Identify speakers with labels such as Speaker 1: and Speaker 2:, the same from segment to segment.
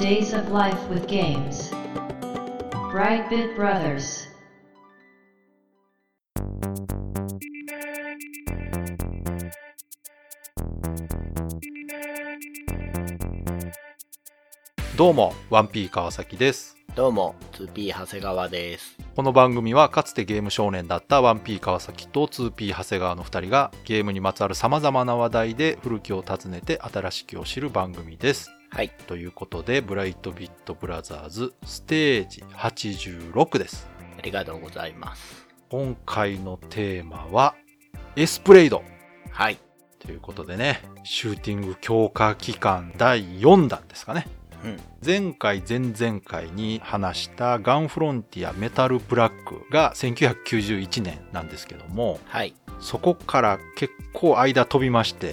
Speaker 1: Days of Life with Games. Brightbit Brothers.
Speaker 2: どうも、1P 川崎です。
Speaker 3: どうも、2P 長谷川です。
Speaker 2: この番組はかつてゲーム少年だった 1P 川崎と 2P 長谷川の2人がゲームにまつわる様々な話題で古きを訪ねて新しきを知る番組です。
Speaker 3: はい。
Speaker 2: ということで、ブライトビットブラザーズステージ86です。
Speaker 3: ありがとうございます。
Speaker 2: 今回のテーマはエスプレイド。
Speaker 3: はい。
Speaker 2: ということでね、シューティング強化期間第4弾ですかね。前回前々回に話したガンフロンティアメタルブラックが1991年なんですけども、
Speaker 3: はい、
Speaker 2: そこから結構間飛びまして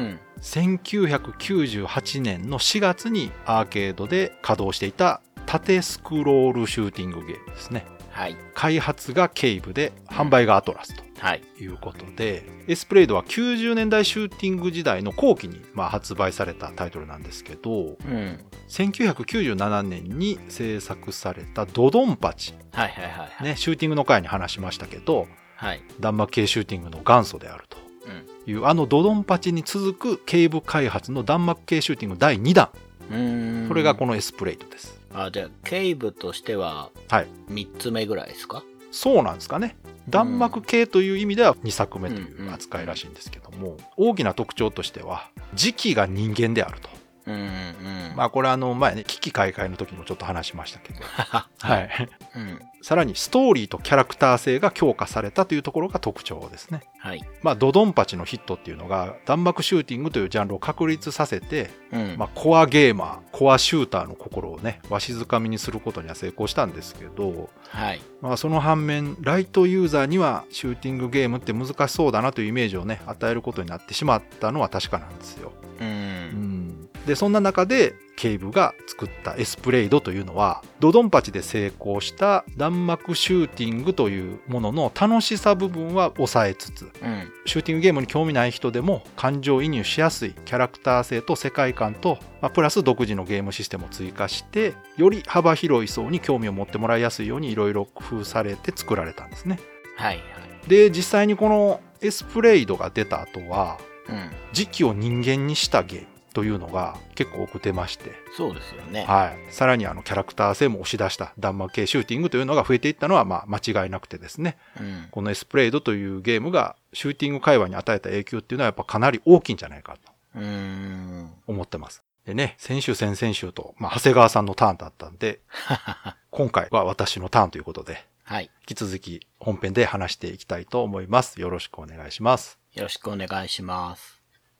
Speaker 2: 、1998年の4月にアーケードで稼働していた縦スクロールシューティングゲームですね。
Speaker 3: はい、
Speaker 2: 開発がケイブで販売がアトラスということで、エスプレイドは90年代シューティング時代の後期に発売されたタイトルなんですけど、1997年に制作されたドドンパチ、ね、シューティングの回に話しましたけど、弾幕系シューティングの元祖であるという、あのドドンパチに続くケイブ開発の弾幕系シューティング第2弾、それがこのエスプレイドです。
Speaker 3: じゃあケイブとしては3つ目ぐらいですか？
Speaker 2: そうなんですかね。弾幕系という意味では2作目という扱いらしいんですけども、大きな特徴としては時期が人間であると。これ前ね、危機開会の時もちょっと話しましたけどさらにストーリーとキャラクター性が強化されたというところが特徴ですね。ドドンパチのヒットっていうのが弾幕シューティングというジャンルを確立させて、コアゲーマー、コアシューターの心をね、わしづかみにすることには成功したんですけど、その反面ライトユーザーにはシューティングゲームって難しそうだなというイメージをね、与えることになってしまったのは確かなんですよ。でそんな中でケイブが作ったエスプレイドというのはドドンパチで成功した弾幕シューティングというものの楽しさ部分は抑えつつ、シューティングゲームに興味ない人でも感情移入しやすいキャラクター性と世界観と、プラス独自のゲームシステムを追加してより幅広い層に興味を持ってもらいやすいようにいろいろ工夫されて作られたんですね。で実際にこのエスプレイドが出た後は、時期を人間にしたゲームというのが結構多く出まして、
Speaker 3: そうですよね。
Speaker 2: さらにキャラクター性も押し出した弾幕系シューティングというのが増えていったのは間違いなくてですね、このエスプレイドというゲームがシューティング界隈に与えた影響っていうのはやっぱかなり大きいんじゃないかと思ってます。でね、先週先々週と、長谷川さんのターンだったんで今回は私のターンということで、引き続き本編で話していきたいと思います。よろしくお願いします。
Speaker 3: よろしくお願いします。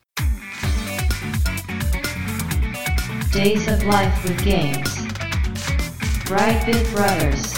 Speaker 1: Days of Life with Games. Brightbit Brothers.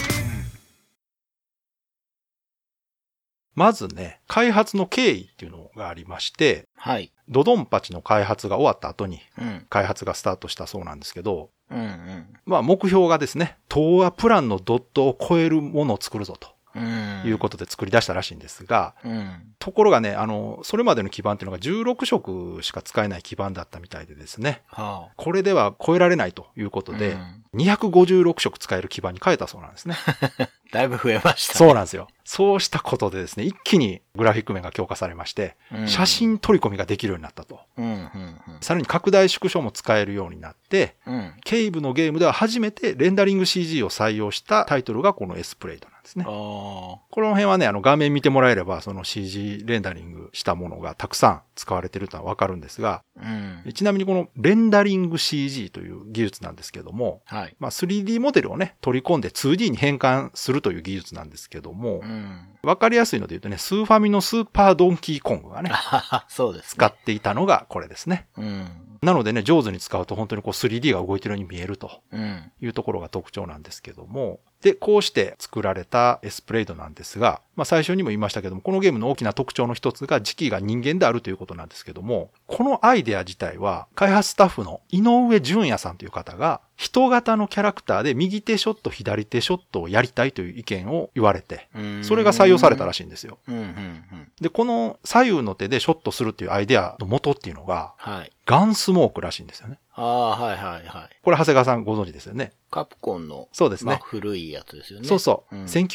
Speaker 2: まずね、開発の経緯っていうのがありまして、ドドンパチの開発が終わった後に開発がスタートしたそうなんですけど、目標がですね、東亜プランのドットを超えるものを作るぞということで作り出したらしいんですが、ところがね、それまでの基板っていうのが16色しか使えない基板だったみたいでですね、これでは超えられないということで、256色使える基板に変えたそうなんですね。
Speaker 3: だいぶ増えましたね。
Speaker 2: そうなんですよ。そうしたことでですね、一気にグラフィック面が強化されまして、写真取り込みができるようになったと。さらに拡大縮小も使えるようになって、ケイブのゲームでは初めてレンダリング CG を採用したタイトルがこのエスプレイドなんですね。この辺はね、画面見てもらえれば、その CG レンダリングしたものがたくさん使われているのはわかるんですが、ちなみにこのレンダリング CG という技術なんですけども、3D モデルをね、取り込んで 2D に変換するという技術なんですけども、わかりやすいので言うとね、スーファミのスーパードンキーコングがね、
Speaker 3: そうですね、
Speaker 2: 使っていたのがこれですね。なのでね、上手に使うと本当にこう 3D が動いてるように見えるというところが特徴なんですけども、で、こうして作られたエスプレイドなんですが、 まあ最初にも言いましたけども、このゲームの大きな特徴の一つが時期が人間であるということなんですけども、このアイデア自体は開発スタッフの井上淳也さんという方が人型のキャラクターで右手ショット左手ショットをやりたいという意見を言われて、それが採用されたらしいんですよ。で、この左右の手でショットするっていうアイデアの元っていうのが、ガンスモークらしいんですよね。
Speaker 3: はい。
Speaker 2: これ長谷川さんご存知ですよね。
Speaker 3: カプコンの、
Speaker 2: そうですね。
Speaker 3: まあ、古いやつですよね。
Speaker 2: そう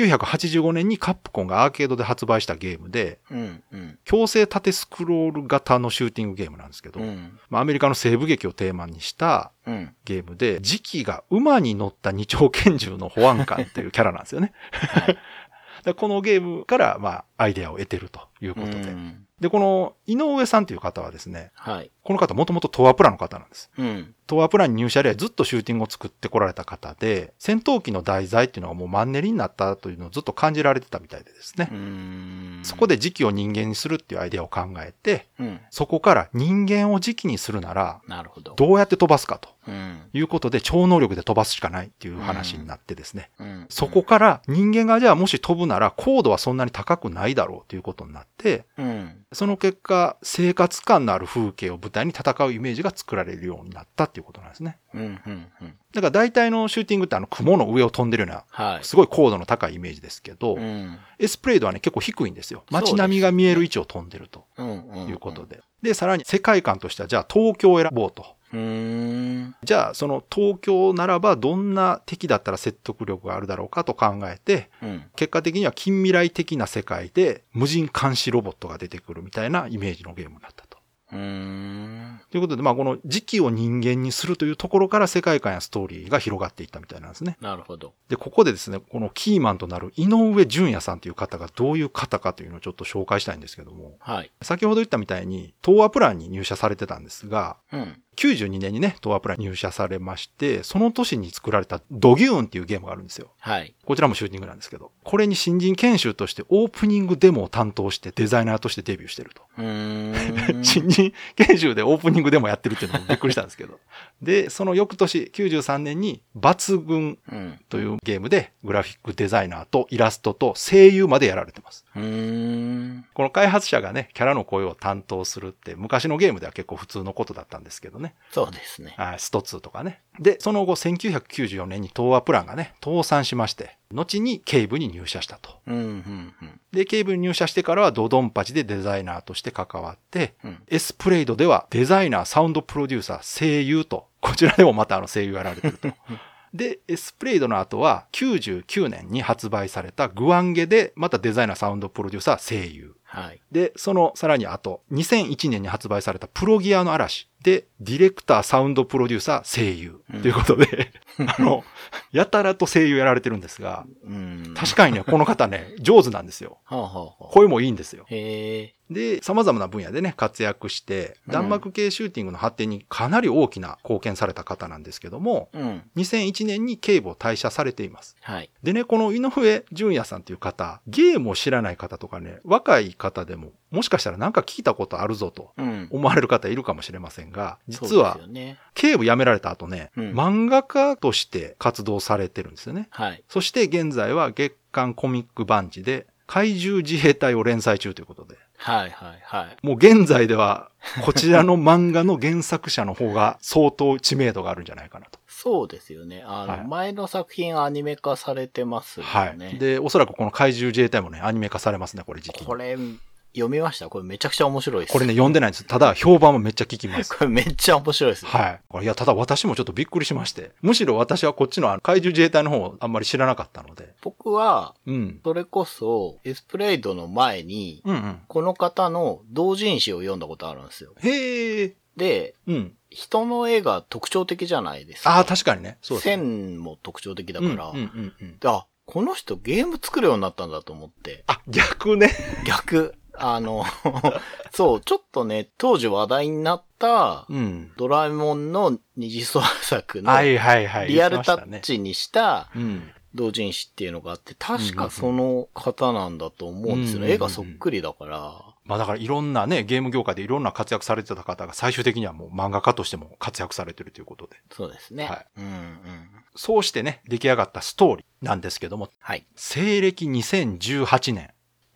Speaker 2: 。1985年にカプコンがアーケードで発売したゲームで、強制縦スクロール型のシューティングゲームなんですけど、まあ、アメリカの西部劇をテーマにしたゲームで、次期が馬に乗った二丁拳銃の保安官っていうキャラなんですよね。このゲームから、まあ、アイデアを得てるということで。で、この井上さんという方はですね、この方もともと東亜プラの方なんです。東亜プラに入社以来ずっとシューティングを作ってこられた方で、戦闘機の題材っていうのがもうマンネリになったというのをずっと感じられてたみたいでですね。そこで時期を人間にするっていうアイデアを考えて、そこから人間を時期にするなら、どうやって飛ばすかということで超能力で飛ばすしかないっていう話になってですね。そこから人間がじゃあもし飛ぶなら高度はそんなに高くないだろうということになって、その結果生活感のある風景を舞台に戦うイメージが作られるようになったっていうことなんですね。だから大体のシューティングって雲の上を飛んでるような、すごい高度の高いイメージですけど、エスプレイドはね結構低いんですよ。街並みが見える位置を飛んでるということで。で、さらに世界観としてはじゃあ東京を選ぼうと。じゃあその東京ならばどんな敵だったら説得力があるだろうかと考えて、結果的には近未来的な世界で無人監視ロボットが出てくるみたいなイメージのゲームになったと。ということで、まあこの時期を人間にするというところから世界観やストーリーが広がっていったみたいなんですね。
Speaker 3: なるほど。
Speaker 2: で、ここでですね、このキーマンとなる井上淳也さんという方がどういう方かというのをちょっと紹介したいんですけども、先ほど言ったみたいに東亜プランに入社されてたんですが、92年にね、東亜プランに入社されまして、その年に作られたドギューンっていうゲームがあるんですよ。こちらもシューティングなんですけど、これに新人研修としてオープニングデモを担当してデザイナーとしてデビューしてると。新人研修でオープニングデモやってるっていうのもびっくりしたんですけど。で、その翌年93年に抜群というゲームでグラフィックデザイナーとイラストと声優までやられてます。この開発者がね、キャラの声を担当するって昔のゲームでは結構普通のことだったんですけどね。
Speaker 3: そうですね。
Speaker 2: スト2とかね。で、その後1994年に東亜プランがね、倒産しまして、後にケイブに入社したと。で、ケイブに入社してからはドドンパチでデザイナーとして関わって、エスプレイドではデザイナー、サウンドプロデューサー、声優と、こちらでもまた声優やられてると。で、エスプレイドの後は99年に発売されたグワンゲでまたデザイナー、サウンドプロデューサー、声優。で、そのさらに後、2001年に発売されたプロギアの嵐で、ディレクター、サウンドプロデューサー、声優。ということで、やたらと声優やられてるんですが、確かにね、この方ね、上手なんですよ。声もいいんですよ。で、様々な分野でね、活躍して、弾幕系シューティングの発展にかなり大きな貢献された方なんですけども、2001年にケイブを退社されています。でね、この井上淳也さんという方、ゲームを知らない方とかね、若い方でも、もしかしたらなんか聞いたことあるぞと思われる方いるかもしれませんが、実は、ケイブ辞められた後ね、漫画家として活動されてるんですよね。そして現在は月刊コミックバンチで怪獣自衛隊を連載中ということで。もう現在ではこちらの漫画の原作者の方が相当知名度があるんじゃないかなと。
Speaker 3: そうですよね。前の作品アニメ化されてますよね。
Speaker 2: で、おそらくこの怪獣自衛隊もね、アニメ化されますね、これ時期に。
Speaker 3: これ、読みました？これめちゃくちゃ面白いです。
Speaker 2: これね、読んでないんです。ただ、評判もめっちゃ聞きます。
Speaker 3: これめっちゃ面白いです。
Speaker 2: いや、ただ私もちょっとびっくりしまして。むしろ私はこっちの怪獣自衛隊の方をあんまり知らなかったので。
Speaker 3: 僕は、それこそ、エスプレイドの前に、この方の同人誌を読んだことあるんですよ。で、人の絵が特徴的じゃないですか。
Speaker 2: 確かにね。
Speaker 3: そう線も特徴的だから、この人ゲーム作るようになったんだと思って。
Speaker 2: 逆ね。
Speaker 3: 逆。そう、ちょっとね、当時話題になった、ドラえもんの二次創作の、リアルタッチにした、同人誌っていうのがあって、確かその方なんだと思うんですよね。絵がそっくりだから。
Speaker 2: まあだからいろんなね、ゲーム業界でいろんな活躍されてた方が最終的にはもう漫画家としても活躍されてるということで。
Speaker 3: そうですね。
Speaker 2: そうしてね、出来上がったストーリーなんですけども、西暦2018年。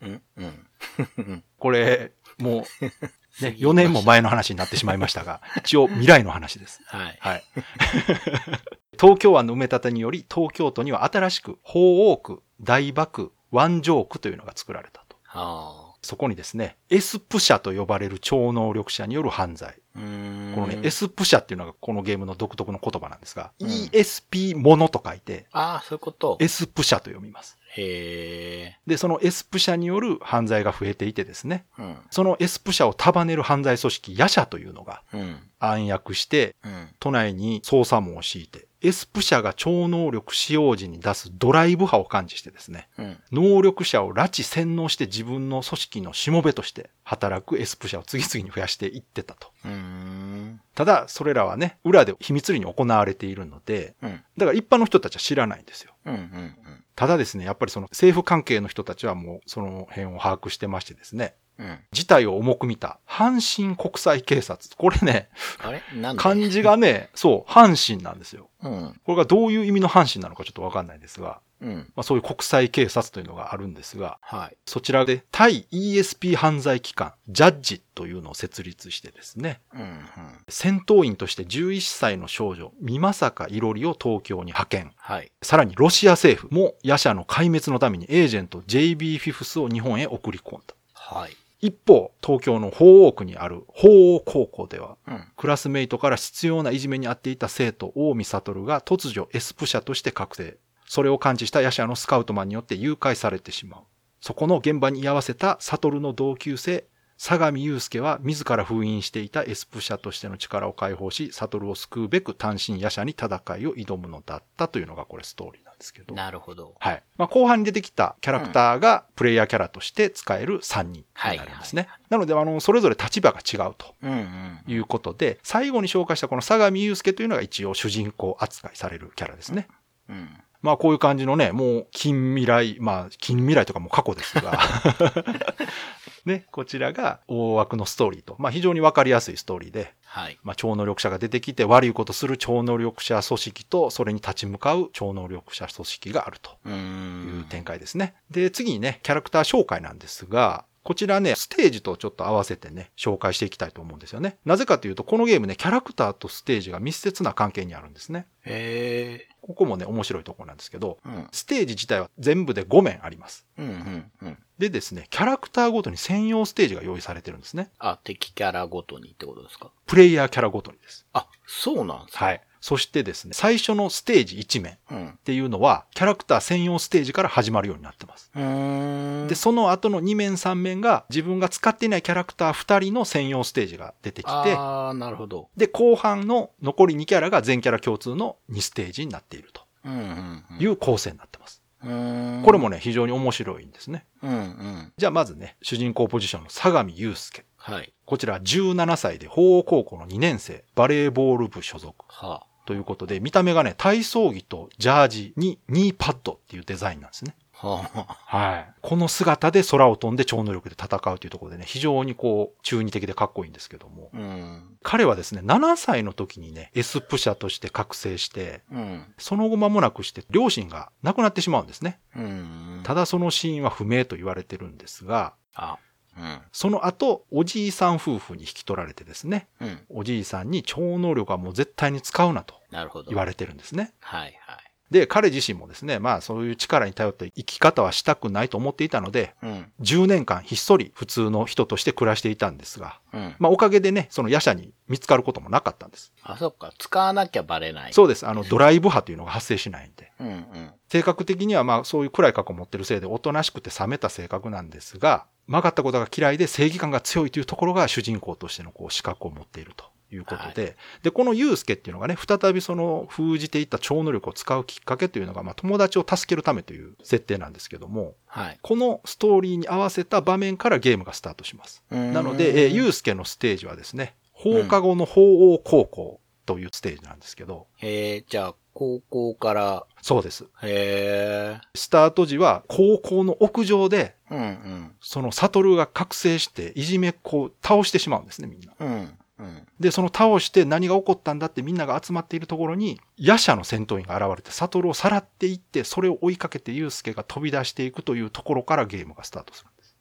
Speaker 2: これ、もう、ね、4年も前の話になってしまいましたが、一応未来の話です。
Speaker 3: はい。
Speaker 2: はい。東京湾の埋め立てにより、東京都には新しく、鳳凰区、台場区、湾上区というのが作られたと。そこにですね、エスプ社と呼ばれる超能力者による犯罪。このね、エスプ社っていうのがこのゲームの独特の言葉なんですが、ESP ものと書いて、
Speaker 3: そういうこと。
Speaker 2: エスプ社と読みます。
Speaker 3: へー。
Speaker 2: で、そのエスプ社による犯罪が増えていてですね、そのエスプ社を束ねる犯罪組織、ヤ社というのが暗躍して、都内に捜査網を敷いて、エスプ社が超能力使用時に出すドライブ波を感知してですね、能力者を拉致洗脳して自分の組織のしもべとして働くエスプ社を次々に増やしていってたと。ただ、それらはね、裏で秘密裏に行われているので、だから一般の人たちは知らないんですよ。ただですね、やっぱりその政府関係の人たちはもうその辺を把握してましてですね、事態を重く見た阪神国際警察。これね、漢字がね、そう、阪神なんですよ。これがどういう意味の阪神なのかちょっとわかんないですが、そういう国際警察というのがあるんですが、そちらで対 ESP 犯罪機関、ジャッジというのを設立してですね、戦闘員として11歳の少女、美作いろりを東京に派遣。さらにロシア政府もヤ社の壊滅のためにエージェント JB フィフスを日本へ送り込んだ。一方、東京の鳳凰区にある鳳凰高校では、クラスメイトから執拗ないじめに遭っていた生徒、大見悟が突如エスプ社として覚醒。それを感知したヤシャのスカウトマンによって誘拐されてしまう。そこの現場に居合わせた悟の同級生、相模祐介は自ら封印していたエスプ社としての力を解放し、悟を救うべく単身ヤシャに戦いを挑むのだったというのがこれストーリーなんですけど。
Speaker 3: なるほど。
Speaker 2: はい。後半に出てきたキャラクターがプレイヤーキャラとして使える3人になるんですね。なので、それぞれ立場が違うということで、最後に紹介したこの相模祐介というのが一応主人公扱いされるキャラですね。こういう感じのね、もう近未来、近未来とかも過去ですが、ね、こちらが大枠のストーリーと、非常にわかりやすいストーリーで、超能力者が出てきて悪いことする超能力者組織と、それに立ち向かう超能力者組織があるという展開ですね。で、次にね、キャラクター紹介なんですが、こちらね、ステージとちょっと合わせてね、紹介していきたいと思うんですよね。なぜかというと、このゲームね、キャラクターとステージが密接な関係にあるんですね。ここもね、面白いところなんですけど、ステージ自体は全部で5面あります。でですね、キャラクターごとに専用ステージが用意されてるんですね。
Speaker 3: 敵キャラごとにってことですか？
Speaker 2: プレイヤーキャラごとにです。
Speaker 3: そうなんですか？
Speaker 2: はい。そしてですね、最初のステージ1面っていうのは、キャラクター専用ステージから始まるようになってます。で、その後の2面3面が自分が使っていないキャラクター2人の専用ステージが出てきて、
Speaker 3: なるほど。
Speaker 2: で、後半の残り2キャラが全キャラ共通の2ステージになっているという構成になってます。これもね、非常に面白いんですね。じゃあまずね、主人公ポジションの相模祐介。こちら17歳で鳳凰高校の2年生、バレーボール部所属。ということで、見た目がね、体操着とジャージにニーパッドっていうデザインなんですね。はい。この姿で空を飛んで超能力で戦うというところでね、非常に中二的でかっこいいんですけども。彼はですね、7歳の時にね、エスプ社として覚醒して、その後間もなくして両親が亡くなってしまうんですね。ただその死因は不明と言われてるんですが、その後、おじいさん夫婦に引き取られてですね、おじいさんに超能力はもう絶対に使うなと言われてるんですね。で、彼自身もですね、そういう力に頼った生き方はしたくないと思っていたので、10年間ひっそり普通の人として暮らしていたんですが、おかげでね、その夜叉に見つかることもなかったんです。
Speaker 3: そっか。使わなきゃバレない。
Speaker 2: そうです。ドライブ波というのが発生しないんで。性格的にはそういう暗い過去を持ってるせいでおとなしくて冷めた性格なんですが、曲がったことが嫌いで正義感が強いというところが主人公としての資格を持っているということで、で、この祐介っていうのがね、再びその封じていった超能力を使うきっかけというのが、友達を助けるためという設定なんですけども、このストーリーに合わせた場面からゲームがスタートします。なので、祐介のステージはですね、放課後の鳳凰高校というステージなんですけど。
Speaker 3: じゃあ、高校から。
Speaker 2: そうです。スタート時は高校の屋上で、その悟が覚醒していじめっ子を倒してしまうんですね、みんな。で、その倒して何が起こったんだってみんなが集まっているところに、夜叉の戦闘員が現れて悟をさらっていって、それを追いかけて祐介が飛び出していくというところからゲームがスタートするんです。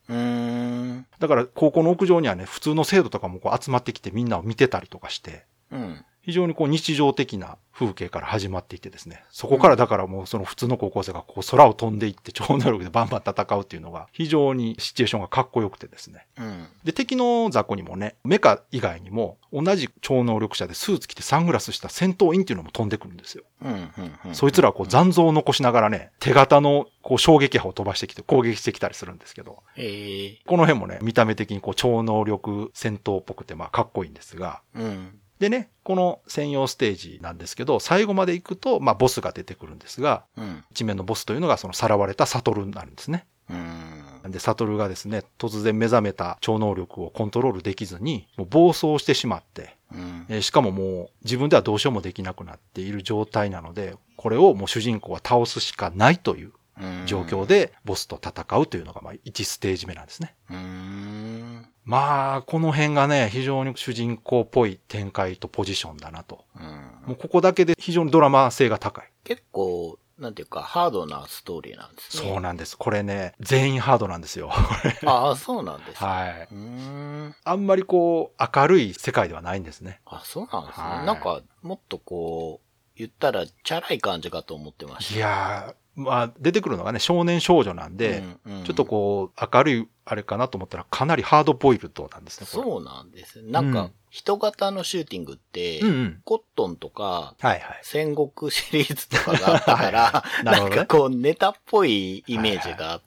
Speaker 2: だから高校の屋上にはね、普通の生徒とかもこう集まってきてみんなを見てたりとかして、非常にこう日常的な風景から始まっていてですね、そこからだからもうその普通の高校生がこう空を飛んでいって超能力でバンバン戦うっていうのが非常にシチュエーションがかっこよくてですね。で、敵の雑魚にもね、メカ以外にも同じ超能力者でスーツ着てサングラスした戦闘員っていうのも飛んでくるんですよ。そいつらはこう残像を残しながらね、手形のこう衝撃波を飛ばしてきて攻撃してきたりするんですけど、この辺もね、見た目的にこう超能力戦闘っぽくてまあかっこいいんですが、でね、この専用ステージなんですけど、最後まで行くと、まあボスが出てくるんですが、一面のボスというのがそのさらわれたサトルになるんですね。で、サトルがですね、突然目覚めた超能力をコントロールできずに、もう暴走してしまって、しかももう自分ではどうしようもできなくなっている状態なので、これをもう主人公は倒すしかないという状況でボスと戦うというのがまあ1ステージ目なんですね。まあ、この辺がね、非常に主人公っぽい展開とポジションだなと。もうここだけで非常にドラマ性が高い。
Speaker 3: 結構、なんていうか、ハードなストーリーなんですね。
Speaker 2: そうなんです。これね、全員ハードなんですよ。
Speaker 3: ああ、そうなんですね。
Speaker 2: はい。あんまりこう、明るい世界ではないんですね。
Speaker 3: あ、そうなんですね。なんか、もっとこう、言ったら、チャラい感じかと思ってました。
Speaker 2: いやー、まあ、出てくるのがね、少年少女なんで、ちょっとこう、明るいあれかなと思ったら、かなりハードボイルドなんですね。
Speaker 3: そうなんですね。なんか、人型のシューティングって、コットンとか、戦国シリーズとかがあったから、なんかこう、ネタっぽいイメージがあって、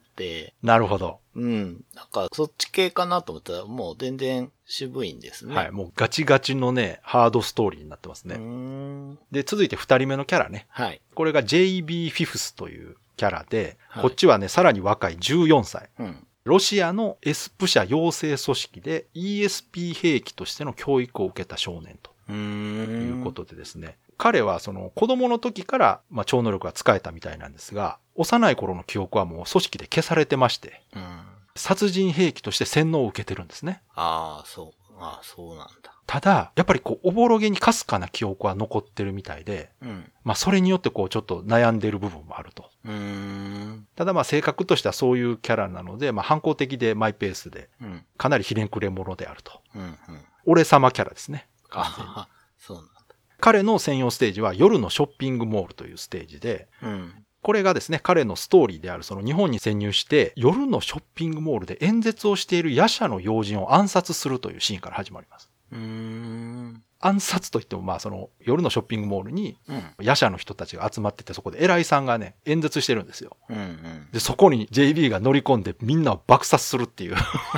Speaker 2: なるほど。
Speaker 3: なんか、そっち系かなと思ったら、もう全然渋いんですね。
Speaker 2: はい。もうガチガチのね、ハードストーリーになってますね。で、続いて2人目のキャラね。
Speaker 3: はい。
Speaker 2: これが JB フィフスというキャラで、こっちはね、さらに若い14歳。ロシアのエスプ社養成組織で ESP 兵器としての教育を受けた少年ということでですね。彼はその子供の時からまあ超能力が使えたみたいなんですが、幼い頃の記憶はもう組織で消されてまして、殺人兵器として洗脳を受けてるんですね。
Speaker 3: ああ、そうなんだ。
Speaker 2: ただ、やっぱりこう、おぼろげにかすかな記憶は残ってるみたいで、まあそれによってこう、ちょっと悩んでる部分もあると。ただまあ性格としてはそういうキャラなので、まあ反抗的でマイペースで、かなりひれんくれ者であると。俺様キャラですね。
Speaker 3: ああ、そうなんだ。
Speaker 2: 彼の専用ステージは夜のショッピングモールというステージで、これがですね、彼のストーリーであるその日本に潜入して、夜のショッピングモールで演説をしている夜叉の要人を暗殺するというシーンから始まります。暗殺といってもまあその夜のショッピングモールに夜叉の人たちが集まってて、そこで偉いさんがね、演説してるんですよ。で、そこに JB が乗り込んでみんなを爆殺するっていう。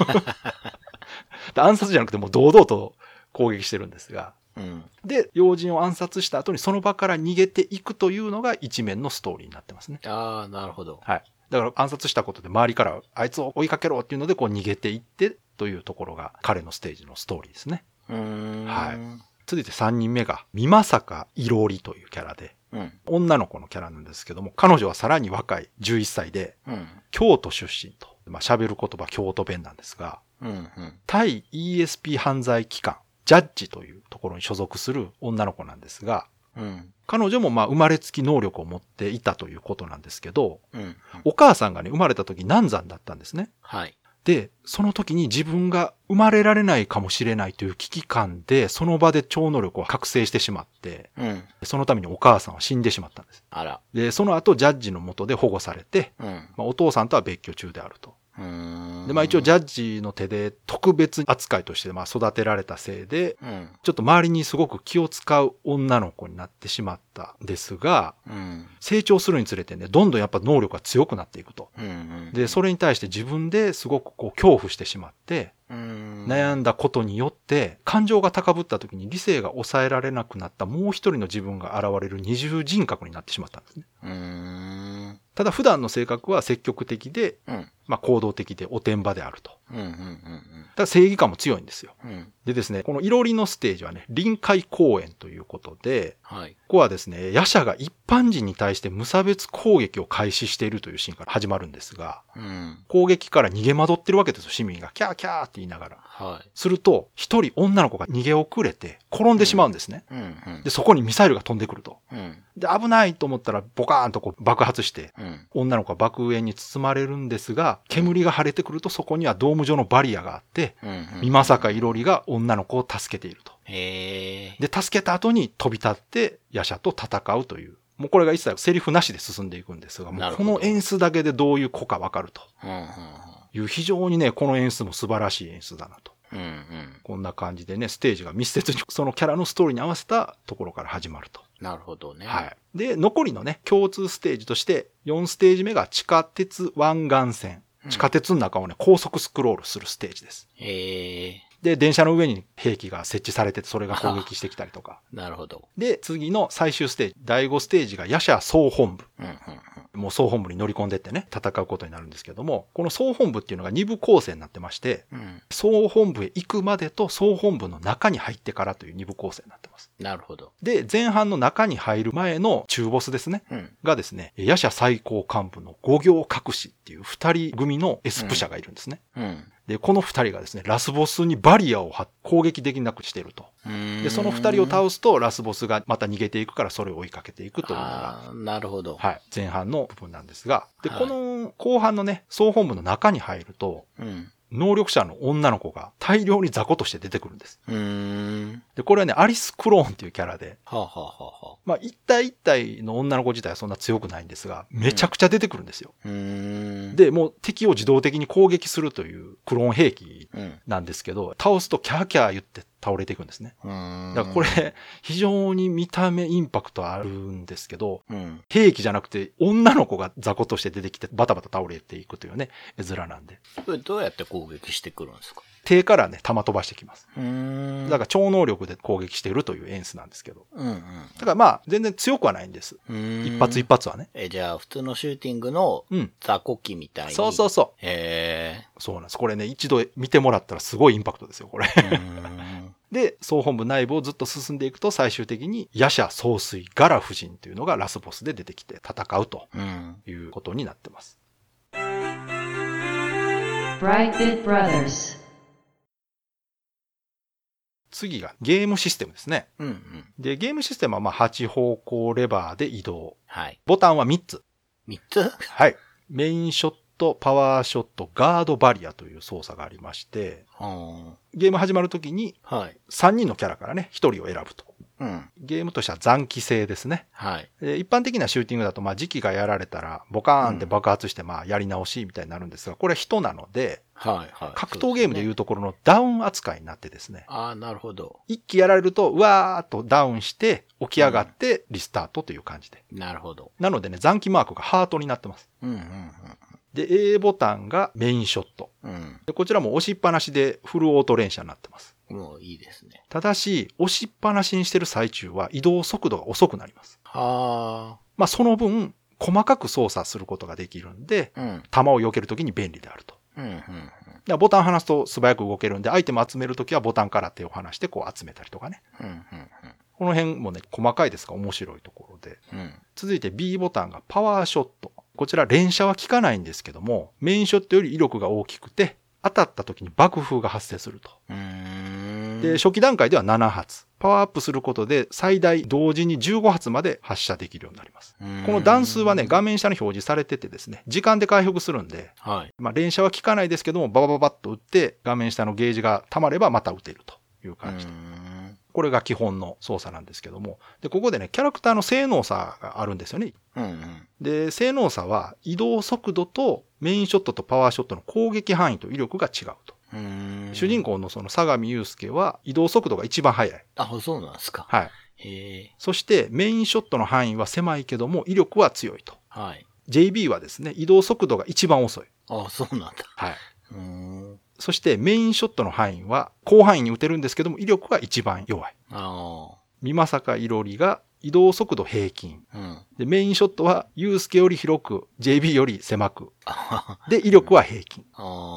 Speaker 2: 暗殺じゃなくてもう堂々と攻撃してるんですが、で、要人を暗殺した後にその場から逃げていくというのが一面のストーリーになってますね。
Speaker 3: ああ、なるほど。
Speaker 2: はい。だから暗殺したことで周りからあいつを追いかけろっていうのでこう逃げていってというところが彼のステージのストーリーですね。はい。続いて3人目が美作いろりというキャラで、女の子のキャラなんですけども、彼女はさらに若い11歳で、京都出身と、まあ喋る言葉京都弁なんですが、対 ESP 犯罪機関、ジャッジというところに所属する女の子なんですが、彼女もまあ生まれつき能力を持っていたということなんですけど、お母さんがね、生まれた時難産だったんですね。
Speaker 3: はい。
Speaker 2: で、その時に自分が生まれられないかもしれないという危機感で、その場で超能力を覚醒してしまって、そのためにお母さんは死んでしまったんです。
Speaker 3: あら。
Speaker 2: で、その後ジャッジの下で保護されて、まあ、お父さんとは別居中であると。で、まあ一応ジャッジの手で特別扱いとしてまあ育てられたせいで、ちょっと周りにすごく気を使う女の子になってしまったんですが、成長するにつれてね、どんどんやっぱ能力が強くなっていくと。で、それに対して自分ですごくこう恐怖してしまって、悩んだことによって感情が高ぶった時に理性が抑えられなくなったもう一人の自分が現れる二重人格になってしまったんですね。ただ普段の性格は積極的で、まあ行動的でおてんばであると。だから正義感も強いんですよ。 でですね、このいろりのステージはね、臨海公園ということで、
Speaker 3: はい。
Speaker 2: ここはですね、夜叉が一般人に対して無差別攻撃を開始しているというシーンから始まるんですが、
Speaker 3: うん、
Speaker 2: 攻撃から逃げ惑ってるわけですよ、市民が。キャーキャーって言いながら。
Speaker 3: はい。
Speaker 2: すると、一人女の子が逃げ遅れて転んでしまうんですね。
Speaker 3: うんうん、
Speaker 2: で、そこにミサイルが飛んでくると。
Speaker 3: うん、
Speaker 2: で、危ないと思ったらボカーンとこう爆発して、
Speaker 3: うん、
Speaker 2: 女の子は爆炎に包まれるんですが、煙が晴れてくるとそこにはドーム状のバリアがあって、美作いろりが女の子を助けていると。
Speaker 3: へ
Speaker 2: で、助けた後に飛び立って夜叉と戦うという。もうこれが一切セリフなしで進んでいくんですが、もうこの演出だけでどういう子かわかるという非常にね、この演出も素晴らしい演出だなと。
Speaker 3: うんうん、
Speaker 2: こんな感じでね、ステージが密接にそのキャラのストーリーに合わせたところから始まると。
Speaker 3: なるほどね。
Speaker 2: はい。で、残りのね、共通ステージとして、4ステージ目が地下鉄湾岸線。地下鉄の中をね、高速スクロールするステージです。で、電車の上に兵器が設置されてて、それが攻撃してきたりとか。
Speaker 3: なるほど。
Speaker 2: で、次の最終ステージ、第5ステージが夜叉総本部。もう総本部に乗り込んでってね、戦うことになるんですけども、この総本部っていうのが2部構成になってまして、総本部へ行くまでと総本部の中に入ってからという2部構成になってます。
Speaker 3: なるほど。
Speaker 2: で、前半の中に入る前の中ボスですね。がですね、夜叉最高幹部の五行隠しっていう2人組のエスプ社がいるんですね。で、この2人がですね、ラスボスにバリアを攻撃できなくしていると。で、その2人を倒すと、ラスボスがまた逃げていくから、それを追いかけていくというのが。
Speaker 3: なるほど。
Speaker 2: はい。前半の部分なんですが。で、この後半のね、総本部の中に入ると、能力者の女の子が大量に雑魚として出てくるんです。で、これはね、アリス・クローンっていうキャラで、まあ、一体一体の女の子自体はそんな強くないんですが、めちゃくちゃ出てくるんですよ。で、もう敵を自動的に攻撃するというクローン兵器なんですけど、倒すとキャーキャー言って倒れていくんですね。だからこれ、非常に見た目インパクトあるんですけど、兵器じゃなくて女の子が雑魚として出てきてバタバタ倒れていくというね、絵面なんで。
Speaker 3: これどうやって攻撃してくるんですか？
Speaker 2: 手からね、弾飛ばしてきます。だから超能力で攻撃しているという演出なんですけど。だからまあ、全然強くはないんです。一発一発はね。
Speaker 3: じゃあ、普通のシューティングの雑魚機みたいに。
Speaker 2: そうそうそう。そうなんです。これね、一度見てもらったらすごいインパクトですよ、これ。で、総本部内部をずっと進んでいくと、最終的に夜叉総帥ガラ夫人というのがラスボスで出てきて戦うということになってます。
Speaker 1: Brightbit Brothers。
Speaker 2: 次がゲームシステムですね。で、ゲームシステムはまあ8方向レバーで移動。ボタンは3つ。
Speaker 3: 3つ？
Speaker 2: はい。メインショット、パワーショット、ガードバリアという操作がありまして、ゲーム始まるときに3人のキャラからね、1人を選ぶと。ゲームとしては残機制ですね。一般的なシューティングだと、まあ時期がやられたら、ボカーンって爆発して、まあやり直しみたいになるんですが、これは人なので、格闘ゲームでいうところのダウン扱いになってですね。
Speaker 3: なるほど。
Speaker 2: 一機やられると、うわーっとダウンして、起き上がってリスタートという感じで。
Speaker 3: なるほど。
Speaker 2: なのでね、残機マークがハートになってます。で、A ボタンがメインショット。でこちらも押しっぱなしでフルオート連射になってます。
Speaker 3: もういいですね。
Speaker 2: ただし、押しっぱなしにしてる最中は移動速度が遅くなります。まあその分、細かく操作することができるんで、弾を避けるときに便利であると。だからボタンを離すと素早く動けるんで、アイテム集めるときはボタンから手を離してこう集めたりとかね。この辺もね、細かいですが面白いところで。続いて B ボタンがパワーショット。こちら連射は効かないんですけども、メインショットより威力が大きくて、当たった時に爆風が発生すると。で、初期段階では7発。パワーアップすることで最大同時に15発まで発射できるようになります。この弾数はね、画面下に表示されててですね、時間で回復するんで、まあ連射は効かないですけども、ババババッと撃って、画面下のゲージが溜まればまた撃てるという感じで。これが基本の操作なんですけども。で、ここでね、キャラクターの性能差があるんですよね。で、性能差は移動速度とメインショットとパワーショットの攻撃範囲と威力が違うと。主人公のその相模祐介は移動速度が一番速い。
Speaker 3: そうなんですか。
Speaker 2: はい。そしてメインショットの範囲は狭いけども威力は強いと。JB はですね、移動速度が一番遅い。
Speaker 3: そうなんだ。
Speaker 2: はい。そしてメインショットの範囲は広範囲に撃てるんですけども威力が一番弱い。美作いろりが移動速度平均。で、メインショットは祐介より広く JB より狭く。で、威力は平均。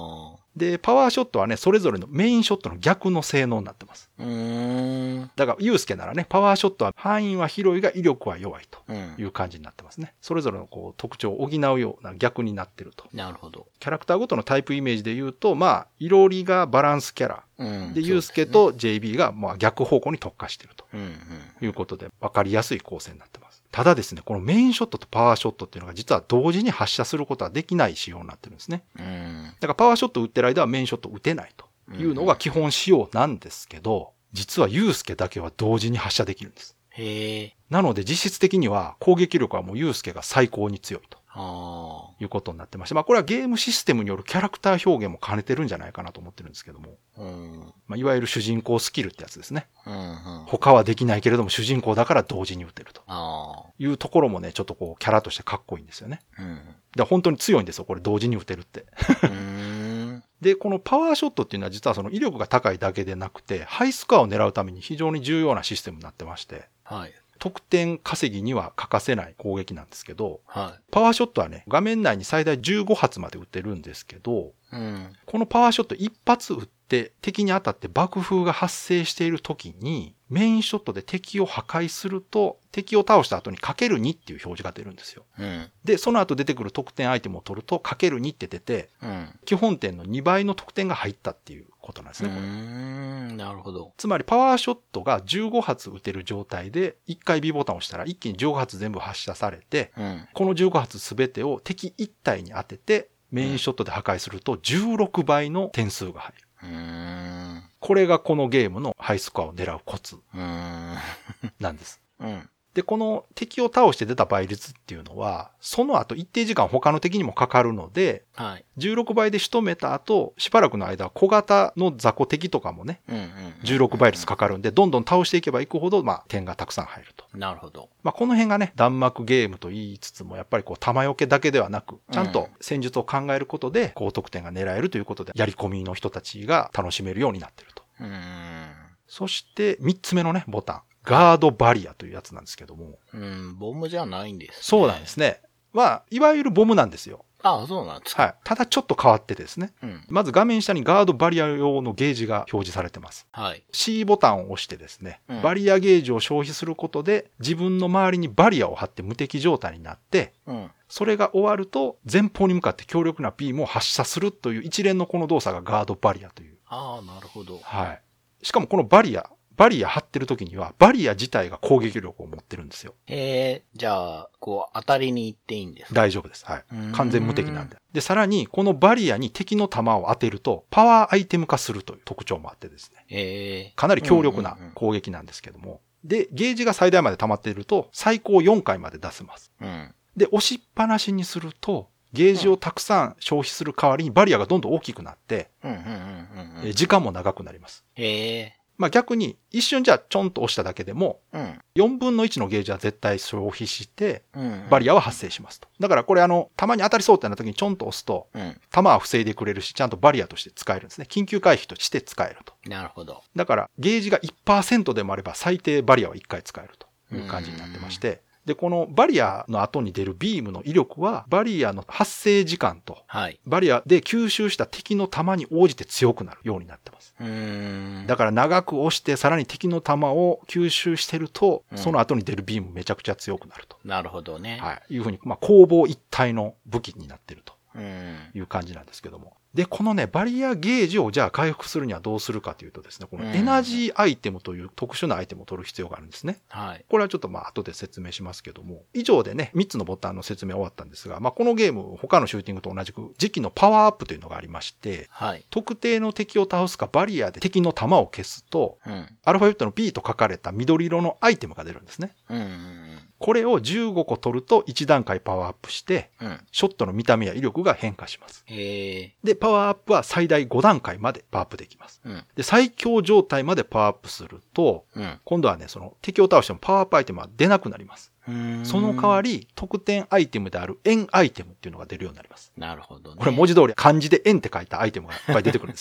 Speaker 2: で、パワーショットはね、それぞれのメインショットの逆の性能になってます。だから、ユースケならね、パワーショットは範囲は広いが威力は弱いという感じになってますね。それぞれのこう特徴を補うような逆になってると。
Speaker 3: なるほど。
Speaker 2: キャラクターごとのタイプイメージで言うと、まあ、いろりがバランスキャラ。で、ユースケと JB がまあ逆方向に特化しているということで、分かりやすい構成になってます。ただですね、このメインショットとパワーショットっていうのが実は同時に発射することはできない仕様になってるんですね。だからパワーショットを打ってる間はメインショットを打てないというのが基本仕様なんですけど、実はユースケだけは同時に発射できるんです。なので実質的には攻撃力はもうユースケが最高に強いということになってまして、まあこれはゲームシステムによるキャラクター表現も兼ねてるんじゃないかなと思ってるんですけども、まあ、いわゆる主人公スキルってやつですね。他はできないけれども主人公だから同時に打てるというところもね、ちょっとこうキャラとしてかっこいいんですよね。で本当に強いんですよ、これ同時に打てるって。で、このパワーショットっていうのは実はその威力が高いだけでなくて、ハイスコアを狙うために非常に重要なシステムになってまして、得点稼ぎには欠かせない攻撃なんですけど、パワーショットはね、画面内に最大15発まで撃てるんですけど、このパワーショット一発撃って敵に当たって爆風が発生している時に、メインショットで敵を破壊すると、敵を倒した後にかける2っていう表示が出るんですよ。で、その後出てくる得点アイテムを取ると、かける2って出て、基本点の2倍の得点が入ったっていうことなんですね、これ。
Speaker 3: なるほど。
Speaker 2: つまりパワーショットが15発撃てる状態で、1回 B ボタンを押したら一気に15発全部発射されて、この15発すべてを敵1体に当てて、メインショットで破壊すると16倍の点数が入る。これがこのゲームのハイスコアを狙うコツなんです。で、この敵を倒して出た倍率っていうのは、その後一定時間他の敵にもかかるので、16倍で仕留めた後、しばらくの間は小型の雑魚敵とかもね、16倍率かかるんで、どんどん倒していけばいくほど、まあ、点がたくさん入ると。
Speaker 3: なるほど。
Speaker 2: まあ、この辺がね、弾幕ゲームと言いつつも、やっぱりこう、弾よけだけではなく、ちゃんと戦術を考えることで、高得点が狙えるということで、やり込みの人たちが楽しめるようになってると。そして、3つ目のね、ボタン。ガードバリアというやつなんですけども。
Speaker 3: ボムじゃないんですね。
Speaker 2: そうなんですね。まあ、いわゆるボムなんですよ。
Speaker 3: ああ、そうなんですか。
Speaker 2: はい。ただちょっと変わってですね。まず画面下にガードバリア用のゲージが表示されてます。C ボタンを押してですね、バリアゲージを消費することで、自分の周りにバリアを張って無敵状態になって、それが終わると、前方に向かって強力なビームを発射するという一連のこの動作がガードバリアという。
Speaker 3: ああ、なるほど。
Speaker 2: はい。しかもこのバリア張ってる時には、バリア自体が攻撃力を持ってるんですよ。
Speaker 3: じゃあ、こう、当たりに行っていいんですか？
Speaker 2: 大丈夫です。はい。完全無敵なんで。で、さらに、このバリアに敵の弾を当てると、パワーアイテム化するという特徴もあってですね。かなり強力な攻撃なんですけども。で、ゲージが最大まで溜まっていると、最高4回まで出せます。で、押しっぱなしにすると、ゲージをたくさん消費する代わりにバリアがどんどん大きくなって、時間も長くなります。まあ逆に一瞬じゃあちょんと押しただけでも、4分の1のゲージは絶対消費して、バリアは発生しますと。だからこれ弾に当たりそうってなった時にちょんと押すと、弾は防いでくれるし、ちゃんとバリアとして使えるんですね。緊急回避として使えると。
Speaker 3: なるほど。
Speaker 2: だからゲージが 1% でもあれば最低バリアは1回使えるという感じになってまして、で、このバリアの後に出るビームの威力は、バリアの発生時間と、バリアで吸収した敵の弾に応じて強くなるようになってます。だから長く押してさらに敵の弾を吸収してると、その後に出るビームめちゃくちゃ強くなると。
Speaker 3: なるほどね。
Speaker 2: はい。いうふうに、まあ、攻防一体の武器になってるという感じなんですけども。で、このね、バリアゲージをじゃあ回復するにはどうするかというとですね、このエナジーアイテムという特殊なアイテムを取る必要があるんですね。これはちょっとまあ後で説明しますけども、以上でね、3つのボタンの説明終わったんですが、まあこのゲーム、他のシューティングと同じく、時期のパワーアップというのがありまして、特定の敵を倒すかバリアで敵の弾を消すと、アルファベットの B と書かれた緑色のアイテムが出るんですね。これを15個取ると1段階パワーアップして、ショットの見た目や威力が変化します。で、パワーアップは最大5段階までパワーアップできます。で、最強状態までパワーアップすると、今度はね、その敵を倒してもパワーアップアイテムは出なくなります。その代わり、特典アイテムである円アイテムっていうのが出るようになります。
Speaker 3: なるほどね。
Speaker 2: これ文字通り漢字で円って書いたアイテムがいっぱい出てくるんですけど。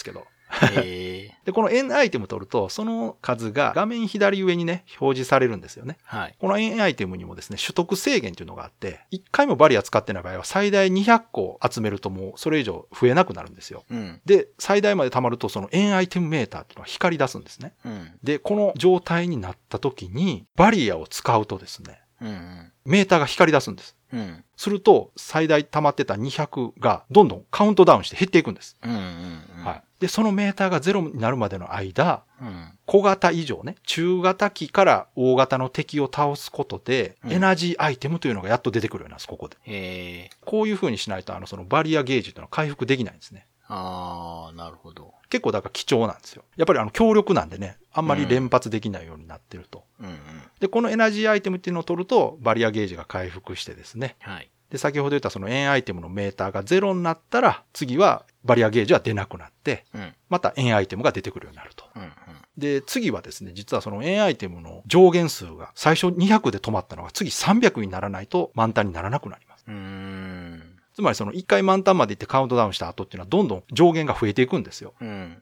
Speaker 2: で、この円アイテム取ると、その数が画面左上にね、表示されるんですよね。はい。この円アイテムにもですね、取得制限というのがあって、1回もバリア使ってない場合は最大200個集めるともうそれ以上増えなくなるんですよ。うん、で、最大まで溜まるとその円アイテムメーターっていうのが光り出すんですね。うん、で、この状態になった時に、バリアを使うとですね、うんうん、メーターが光り出すんです。うん、すると、最大溜まってた200がどんどんカウントダウンして減っていくんです。うんうんうん、はい。で、そのメーターがゼロになるまでの間、うん、小型以上ね、中型機から大型の敵を倒すことで、エナジーアイテムというのがやっと出てくるようなんです、ここで。こういう風にしないと、そのバリアゲージというのは回復できないんですね。
Speaker 3: ああ、なるほど。
Speaker 2: 結構だから貴重なんですよ。やっぱり強力なんでね、あんまり連発できないようになってると。うんうんうん、で、このエナジーアイテムっていうのを取ると、バリアゲージが回復してですね。はい。で、先ほど言ったその円アイテムのメーターがゼロになったら、次はバリアゲージは出なくなって、うん、また円アイテムが出てくるようになると。うんうん、で、次はですね、実はその円アイテムの上限数が最初200で止まったのが次300にならないと満タンにならなくなります。つまりその1回満タンまで行ってカウントダウンした後っていうのはどんどん上限が増えていくんですよ。うんうんうん、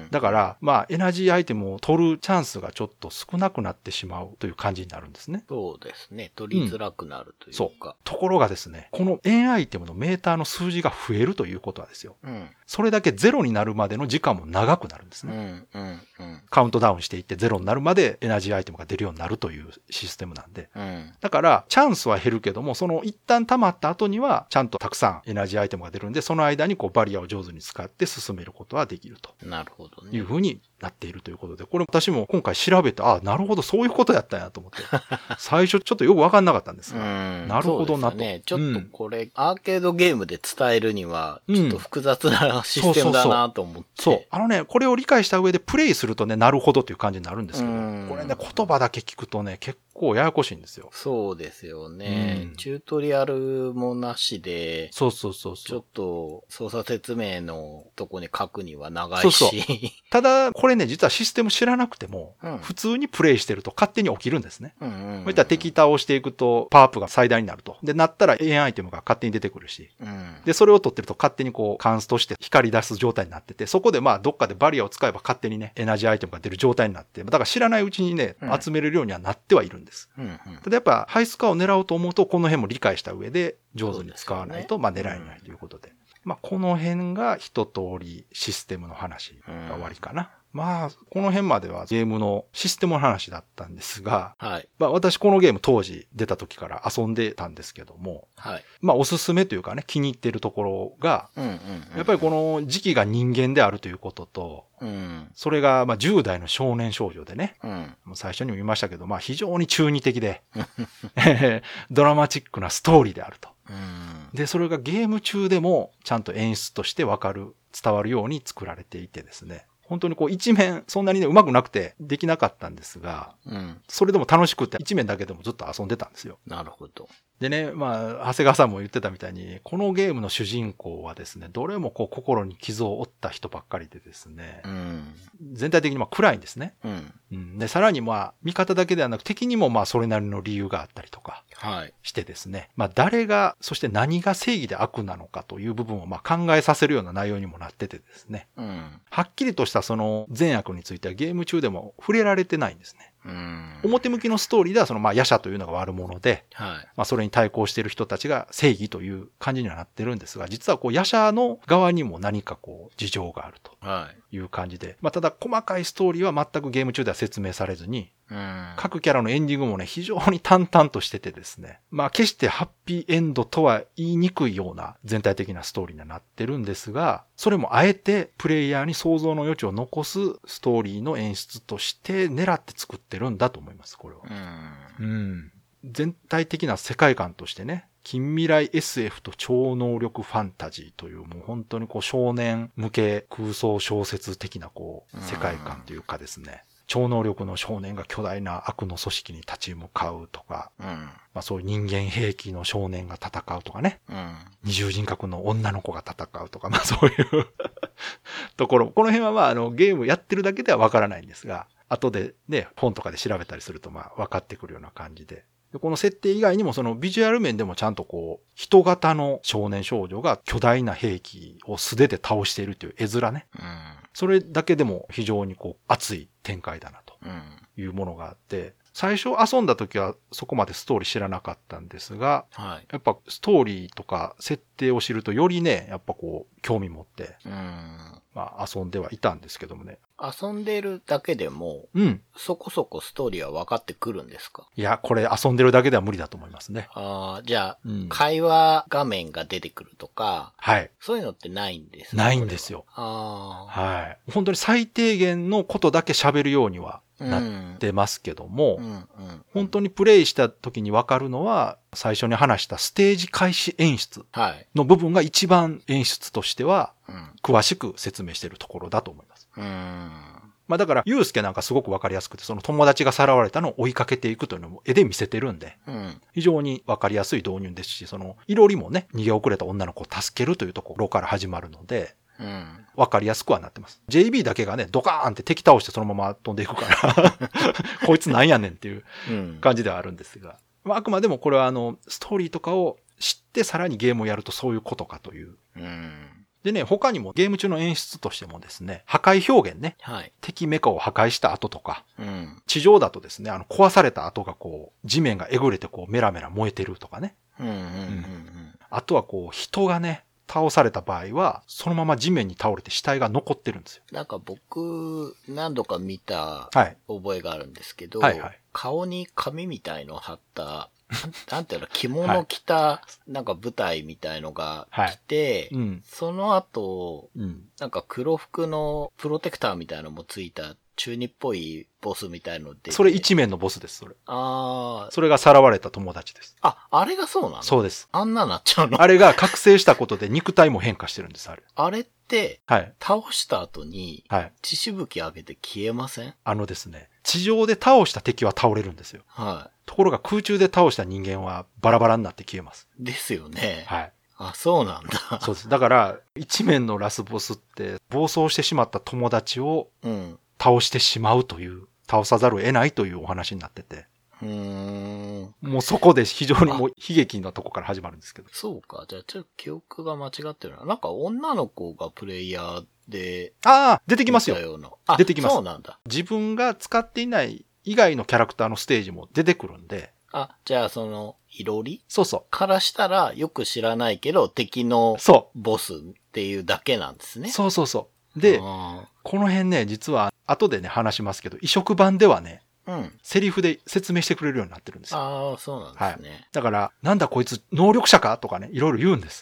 Speaker 2: だから、まあエナジーアイテムを取るチャンスがちょっと少なくなってしまうという感じになるんですね。
Speaker 3: そうですね。取りづらくなるというか。そう。
Speaker 2: ところがですね、この円アイテムのメーターの数字が増えるということはですよ。うん、それだけゼロになるまでの時間も長くなるんですね。うんうんうん、カウントダウンしていってゼロになるまでエナジーアイテムが出るようになるというシステムなんで。うん、だからチャンスは減るけども、その一旦溜まった後にはちゃんとたくさんエナジーアイテムが出るんで、その間にこうバリアを上手に使って進めることはできると。
Speaker 3: なるほどね。
Speaker 2: いうふうになっているということで、これ私も今回調べて、あ、なるほど、そういうことやったんやと思って、最初ちょっとよくわかんなかったんですが、なるほどなと。そうですね。
Speaker 3: ちょっとこれ、アーケードゲームで伝えるには、ちょっと複雑なシステムだなと思って。
Speaker 2: そう。これを理解した上でプレイするとね、なるほどという感じになるんですけど、これね、言葉だけ聞くとね、結構ややこしいんですよ。
Speaker 3: そうですよね。チュートリアルもなしで、ちょっと操作説明のとこに書くには長いし。
Speaker 2: ただ、これね、実はシステム知らなくても、普通にプレイしてると勝手に起きるんですね。こういった敵倒していくと、パワーアップが最大になると。で、なったら円アイテムが勝手に出てくるし。で、それを取ってると勝手にこう、カンストして光り出す状態になってて、そこでまあ、どっかでバリアを使えば勝手にね、エナジーアイテムが出る状態になって、だから知らないうちにね、集めれるようにはなってはいるんです。ただやっぱ、ハイスコアを狙おうと思うと、この辺も理解した上で、上手に使わないと、まあ、狙えないということで。まあ、この辺が一通りシステムの話が終わりかな。まあ、この辺まではゲームのシステムの話だったんですが、はい。まあ、私このゲーム当時出た時から遊んでたんですけども、はい。まあ、おすすめというかね、気に入ってるところが、やっぱりこの時期が人間であるということと、それがまあ10代の少年少女でね、もう最初にも言いましたけど、まあ非常に中二的で、ドラマチックなストーリーであると。で、それがゲーム中でもちゃんと演出として伝わるように作られていてですね。本当にこう一面そんなにね上手くなくてできなかったんですが、それでも楽しくて一面だけでもずっと遊んでたんですよ。
Speaker 3: なるほど。
Speaker 2: でね、まあ、長谷川さんも言ってたみたいに、このゲームの主人公はですね、どれもこう心に傷を負った人ばっかりでですね、全体的にまあ暗いんですね。で、さらにまあ、味方だけではなく敵にもまあそれなりの理由があったりとかしてですね、まあ誰が、そして何が正義で悪なのかという部分をまあ考えさせるような内容にもなっててですね、はっきりとしたその善悪についてはゲーム中でも触れられてないんですね。表向きのストーリーではそのまあ夜叉というのが悪者で、まあそれに対抗している人たちが正義という感じにはなってるんですが、実はこう夜叉の側にも何かこう事情があるという感じで、まあただ細かいストーリーは全くゲーム中では説明されずに、各キャラのエンディングもね非常に淡々としててですね、まあ決してハッピーエンドとは言いにくいような全体的なストーリーにはなってるんですが、それもあえてプレイヤーに想像の余地を残すストーリーの演出として狙って作ってるんだと思います、これは。全体的な世界観としてね、近未来 SF と超能力ファンタジーというもう本当にこう少年向け空想小説的なこう世界観というかですね、超能力の少年が巨大な悪の組織に立ち向かうとか、まあそういう人間兵器の少年が戦うとかね、二重人格の女の子が戦うとか、まあそういうところ、この辺はまあゲームやってるだけではわからないんですが、後でね、本とかで調べたりするとまあ分かってくるような感じで。でこの設定以外にもそのビジュアル面でもちゃんとこう、人型の少年少女が巨大な兵器を素手で倒しているという絵面ね。 それだけでも非常にこう熱い展開だなというものがあって、最初遊んだ時はそこまでストーリー知らなかったんですが、はい、やっぱストーリーとか設定を知るとよりね、やっぱこう興味持って、まあ遊んではいたんですけどもね。
Speaker 3: 遊んでいるだけでも、そこそこストーリーは分かってくるんですか？
Speaker 2: いや、これ遊んでるだけでは無理だと思いますね。
Speaker 3: じゃあ、会話画面が出てくるとか、
Speaker 2: はい。
Speaker 3: そういうのってないんですか？
Speaker 2: ないんですよ。はい。本当に最低限のことだけ喋るようにはなってますけども、本当にプレイした時に分かるのは、最初に話したステージ開始演出の部分が一番演出としては、詳しく説明しているところだと思います。まあだから、ゆうすけなんかすごく分かりやすくて、その友達がさらわれたのを追いかけていくというのも絵で見せてるんで、非常に分かりやすい導入ですし、その、いろりもね、逃げ遅れた女の子を助けるというところから始まるので、分かりやすくはなってます。JB だけがね、ドカーンって敵倒してそのまま飛んでいくから、こいつなんやねんっていう感じではあるんですが、まあ、あくまでもこれはストーリーとかを知ってさらにゲームをやるとそういうことかという。でね、他にもゲーム中の演出としてもですね、破壊表現ね、はい、敵メカを破壊した後とか、地上だとですね、壊された後がこう、地面がえぐれてこう、メラメラ燃えてるとかね。あとはこう、人がね、倒された場合は、そのまま地面に倒れて死体が残ってるんですよ。
Speaker 3: なんか僕、何度か見た覚えがあるんですけど、顔に紙みたいのを貼った、なんていうの、着物着た、なんか舞台みたいのが来て、その後、なんか黒服のプロテクターみたいのもついた中二っぽいボスみたいので。
Speaker 2: それ一面のボスです、それ。それがさらわれた友達です。
Speaker 3: あれがそうなの？
Speaker 2: そうです。
Speaker 3: あんななっちゃうの？
Speaker 2: あれが覚醒したことで肉体も変化してるんです、あれ。
Speaker 3: あれって、倒した後に、血しぶき上げて消えません？
Speaker 2: ですね、地上で倒した敵は倒れるんですよ。ところが空中で倒した人間はバラバラになって消えます。
Speaker 3: ですよね。そうなんだ。
Speaker 2: そうです。だから、一面のラスボスって、暴走してしまった友達を、倒してしまうという、倒さざるを得ないというお話になってて。もうそこで非常にもう悲劇のとこから始まるんですけど。
Speaker 3: そうか。じゃあちょっと記憶が間違ってるな。なんか女の子がプレイヤーで。
Speaker 2: 出てきますよ。出てきます。
Speaker 3: そうなんだ。
Speaker 2: 自分が使っていない以外のキャラクターのステージも出てくるんで。
Speaker 3: じゃあその、いろり？
Speaker 2: そうそう。
Speaker 3: からしたらよく知らないけど敵のボスっていうだけなんですね。
Speaker 2: そうそうそう。で、この辺ね、実は後でね話しますけど、移植版ではね、セリフで説明してくれるようになってるんですよ。
Speaker 3: そうなんですね。
Speaker 2: だから、なんだこいつ能力者かとかね、いろいろ言うんです。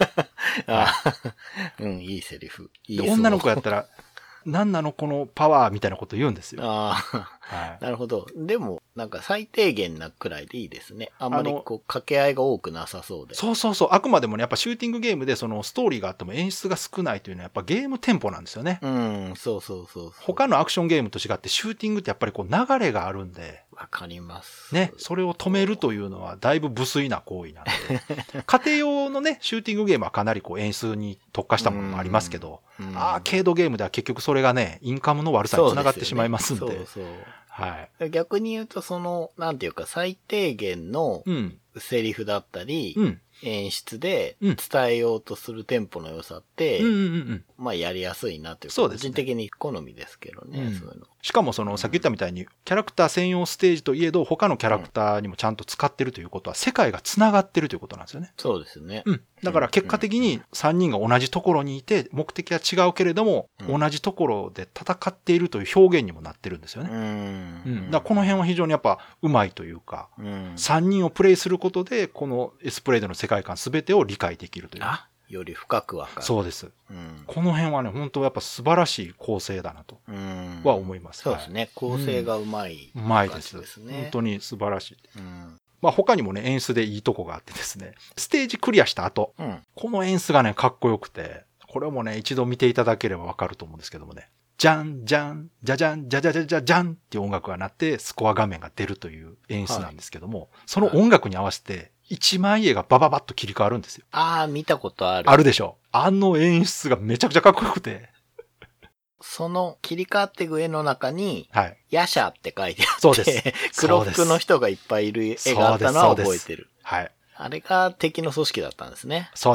Speaker 3: いいセリフ。
Speaker 2: 女の子やったら、なんなのこのパワーみたいなこと言うんですよ。
Speaker 3: なるほど。でも、なんか最低限なくらいでいいですね。あんまりこう、掛け合いが多くなさそうで。
Speaker 2: そうそうそう。あくまでもね、やっぱシューティングゲームでそのストーリーがあっても演出が少ないというのはやっぱゲームテンポなんですよね。
Speaker 3: そうそうそう。
Speaker 2: 他のアクションゲームと違ってシューティングってやっぱりこう流れがあるんで。
Speaker 3: わかります。
Speaker 2: ね。それを止めるというのはだいぶ無粋な行為なんで。家庭用のね、シューティングゲームはかなりこう演出に特化したものもありますけど、アーケードゲームでは結局それがね、インカムの悪さにつながってしまいますんで。
Speaker 3: そうそう。逆に言うとその、なんていうか最低限のセリフだったり、演出で伝えようとするテンポの良さって、まあやりやすいなというか、個人的に好みですけどね、そういうの。
Speaker 2: しかもその、さっき言ったみたいに、キャラクター専用ステージといえど、他のキャラクターにもちゃんと使ってるということは、世界が繋がってるということなんですよね。
Speaker 3: そうですね。
Speaker 2: だから結果的に3人が同じところにいて、目的は違うけれども、同じところで戦っているという表現にもなってるんですよね。だからこの辺は非常にやっぱうまいというか、3人をプレイすることで、このエスプレードの世界観すべてを理解できるという。
Speaker 3: より深くわかる。
Speaker 2: そうです。この辺はね、本当やっぱ素晴らしい構成だなとは思います。
Speaker 3: そうですね。構成がうまい。
Speaker 2: うまいです。本当に素晴らしい。まあ他にもね、演出でいいとこがあってですね、ステージクリアした後、この演出がね、かっこよくて、これもね、一度見ていただければわかると思うんですけどもね、じゃん、じゃん、じゃじゃん、じゃじゃじゃじゃじゃんっていう音楽が鳴って、スコア画面が出るという演出なんですけども、その音楽に合わせて、一枚絵がバババッと切り替わるんですよ。
Speaker 3: 見たことある。
Speaker 2: あるでしょ。あの演出がめちゃくちゃかっこよくて。
Speaker 3: その切り替わっていく絵の中に、ヤシャって書いてあって、
Speaker 2: そうです。
Speaker 3: 黒服の人がいっぱいいる絵があったのは覚えてる。
Speaker 2: はい。
Speaker 3: あれが敵の組織だったんですね。
Speaker 2: そうです。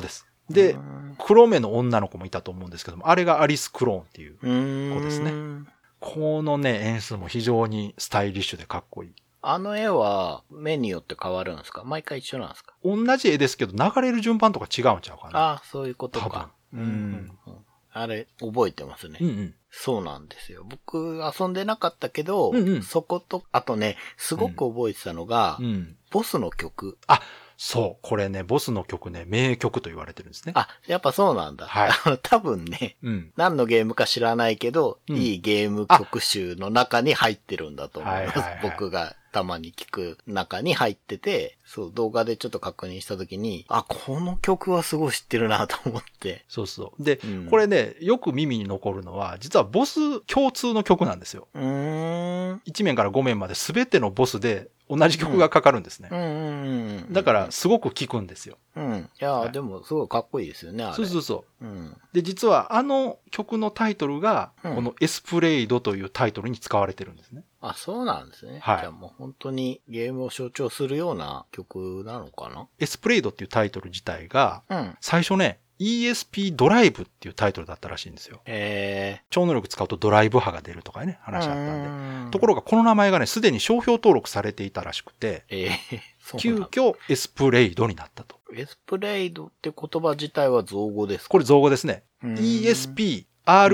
Speaker 2: で、黒目の女の子もいたと思うんですけども、あれがアリス・クローンっていう子ですね。このね、演出も非常にスタイリッシュでかっこいい。
Speaker 3: あの絵は目によって変わるんですか？毎回一緒なんですか？
Speaker 2: 同じ絵ですけど、流れる順番とか違うんちゃうかな。
Speaker 3: ああ、そういうことか。あれ、覚えてますね。そうなんですよ。僕、遊んでなかったけど、そこと、あとね、すごく覚えてたのが、ボスの曲。
Speaker 2: あ、そう。これね、ボスの曲ね、名曲と言われてるんですね。
Speaker 3: あ、やっぱそうなんだ。はい。多分ね、何のゲームか知らないけど、いいゲーム曲集の中に入ってるんだと思います。僕がたまに聞く中に入ってて、そう、動画でちょっと確認したときに、あ、この曲はすごい知ってるなと思って。
Speaker 2: そうそう。で、これね、よく耳に残るのは、実はボス共通の曲なんですよ。1面から5面まで全てのボスで、同じ曲がかかるんですね。だから、すごく聴くんですよ。
Speaker 3: いや、でも、すごいかっこいいですよね、あれ。
Speaker 2: そう。で、実は、あの曲のタイトルが、このエスプレイドというタイトルに使われてるんですね。
Speaker 3: あ、そうなんですね。
Speaker 2: はい。
Speaker 3: じゃあもう本当にゲームを象徴するような曲なのかな？
Speaker 2: エスプレイドっていうタイトル自体が、最初ね、ESP ドライブっていうタイトルだったらしいんですよ。超能力使うとドライブ波が出るとかね、話あったんで。ところがこの名前がね、すでに商標登録されていたらしくて、急遽エスプレイドになったと。
Speaker 3: エスプレイドって言葉自体は造語ですか？
Speaker 2: これ造語ですね。ESP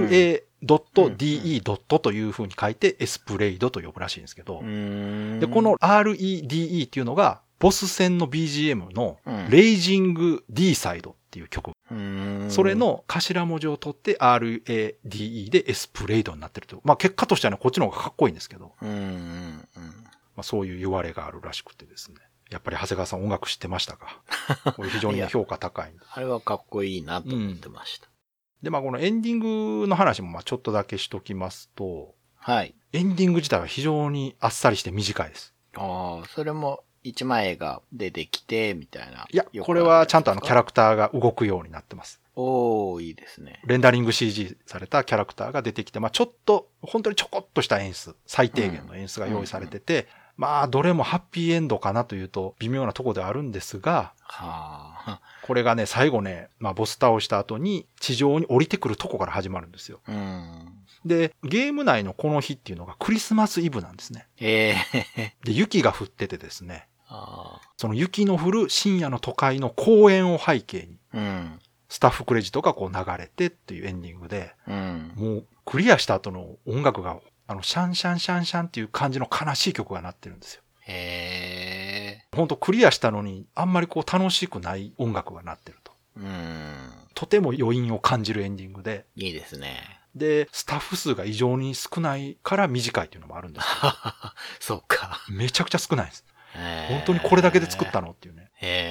Speaker 2: RA.DE. という風に書いてエスプレイドと呼ぶらしいんですけど、で、この REDE っていうのが、ボス戦の BGM のレイジング D サイドっていう曲。それの頭文字を取って RADE でエスプレイドになってると。まあ結果としてはね、こっちの方がかっこいいんですけど。まあそういう言われがあるらしくてですね。やっぱり長谷川さん音楽知ってましたか？これ非常に評価高い。
Speaker 3: あれはかっこいいなと思ってました。
Speaker 2: で、まあこのエンディングの話もまあちょっとだけしときますと、
Speaker 3: はい。
Speaker 2: エンディング自体は非常にあっさりして短いです。
Speaker 3: ああ、それも一枚絵が出てきて、みたいな。
Speaker 2: いや、これはちゃんとキャラクターが動くようになってます。
Speaker 3: おー、いいですね。
Speaker 2: レンダリング CG されたキャラクターが出てきて、まあちょっと、本当にちょこっとした演出、最低限の演出が用意されてて、まあどれもハッピーエンドかなというと微妙なところではあるんですが、これがね、最後ね、まあボス倒した後に地上に降りてくるとこから始まるんですよ。で、ゲーム内のこの日っていうのがクリスマスイブなんですね。で、雪が降っててですね、その雪の降る深夜の都会の公園を背景に、スタッフクレジットがこう流れてっていうエンディングで、もうクリアした後の音楽が、シャンシャンシャンシャンっていう感じの悲しい曲が鳴ってるんですよ。ほんとクリアしたのにあんまりこう楽しくない音楽が鳴ってると。とても余韻を感じるエンディングで。
Speaker 3: いいですね。
Speaker 2: で、スタッフ数が異常に少ないから短いっていうのもあるんですけど。
Speaker 3: そうか。
Speaker 2: めちゃくちゃ少ないです。本当にこれだけで作ったのっていうね。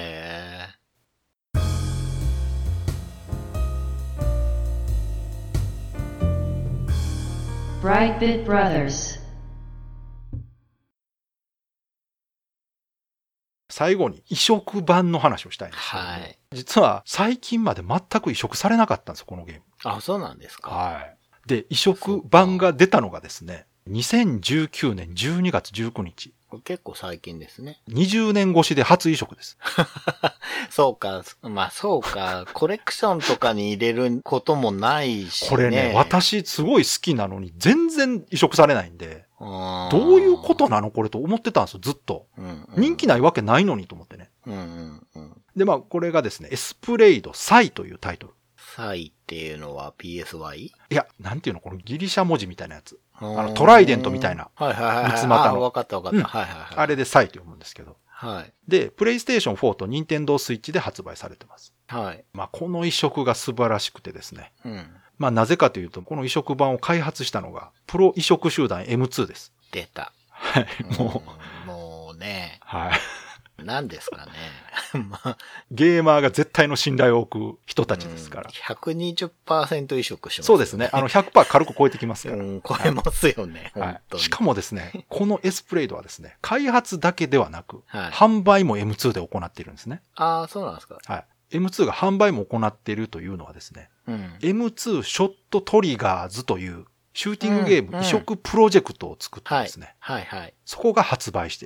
Speaker 1: Brightbit Brothers。
Speaker 2: 最後に移植版の話をしたいんですけど、はい、実は最近まで全く移植されなかったんですよ、このゲーム。
Speaker 3: あ、そうなんですか。
Speaker 2: はい。で、移植版が出たのがですね、2019年12月19日。
Speaker 3: 結構最近ですね。
Speaker 2: 20年越しで初移植です。
Speaker 3: そうか。まあそうか。コレクションとかに入れることもないしね。
Speaker 2: これね、私すごい好きなのに全然移植されないんで、どういうことなのこれと思ってたんですよ、ずっと。人気ないわけないのにと思ってね。で、まあこれがですね、エスプレイドサイというタイトル。
Speaker 3: サイっていうのは PSY？
Speaker 2: いや、なんていうのこのギリシャ文字みたいなやつ。トライデントみたいな。
Speaker 3: はいはいはい。
Speaker 2: 三つ股の。
Speaker 3: わかったわかった。はいはいはい。
Speaker 2: あれでサイと読むんですけど。
Speaker 3: はい。
Speaker 2: で、プレイステーション4とニンテンドースイッチで発売されてます。
Speaker 3: はい。
Speaker 2: まあ、この移植が素晴らしくてですね。まあ、なぜかというと、この移植版を開発したのが、プロ移植集団 M2 です。
Speaker 3: 出た。
Speaker 2: はい。
Speaker 3: もうね。
Speaker 2: はい。
Speaker 3: 何ですかね。
Speaker 2: まあ、ゲーマーが絶対の信頼を置く人たちですから。
Speaker 3: 120% 移植します、ね。
Speaker 2: そうですね。100% 軽く超えてきますから。
Speaker 3: 超えますよね。
Speaker 2: はい。しかもですね、このエスプレイドはですね、開発だけではなく、販売も M2 で行っているんですね。
Speaker 3: ああ、そうなんですか。
Speaker 2: はい。M2 が販売も行っているというのはですね、M2 ショットトリガーズというシューティングゲーム移植プロジェクトを作ってですね、
Speaker 3: はいはい。
Speaker 2: そこが発売していると。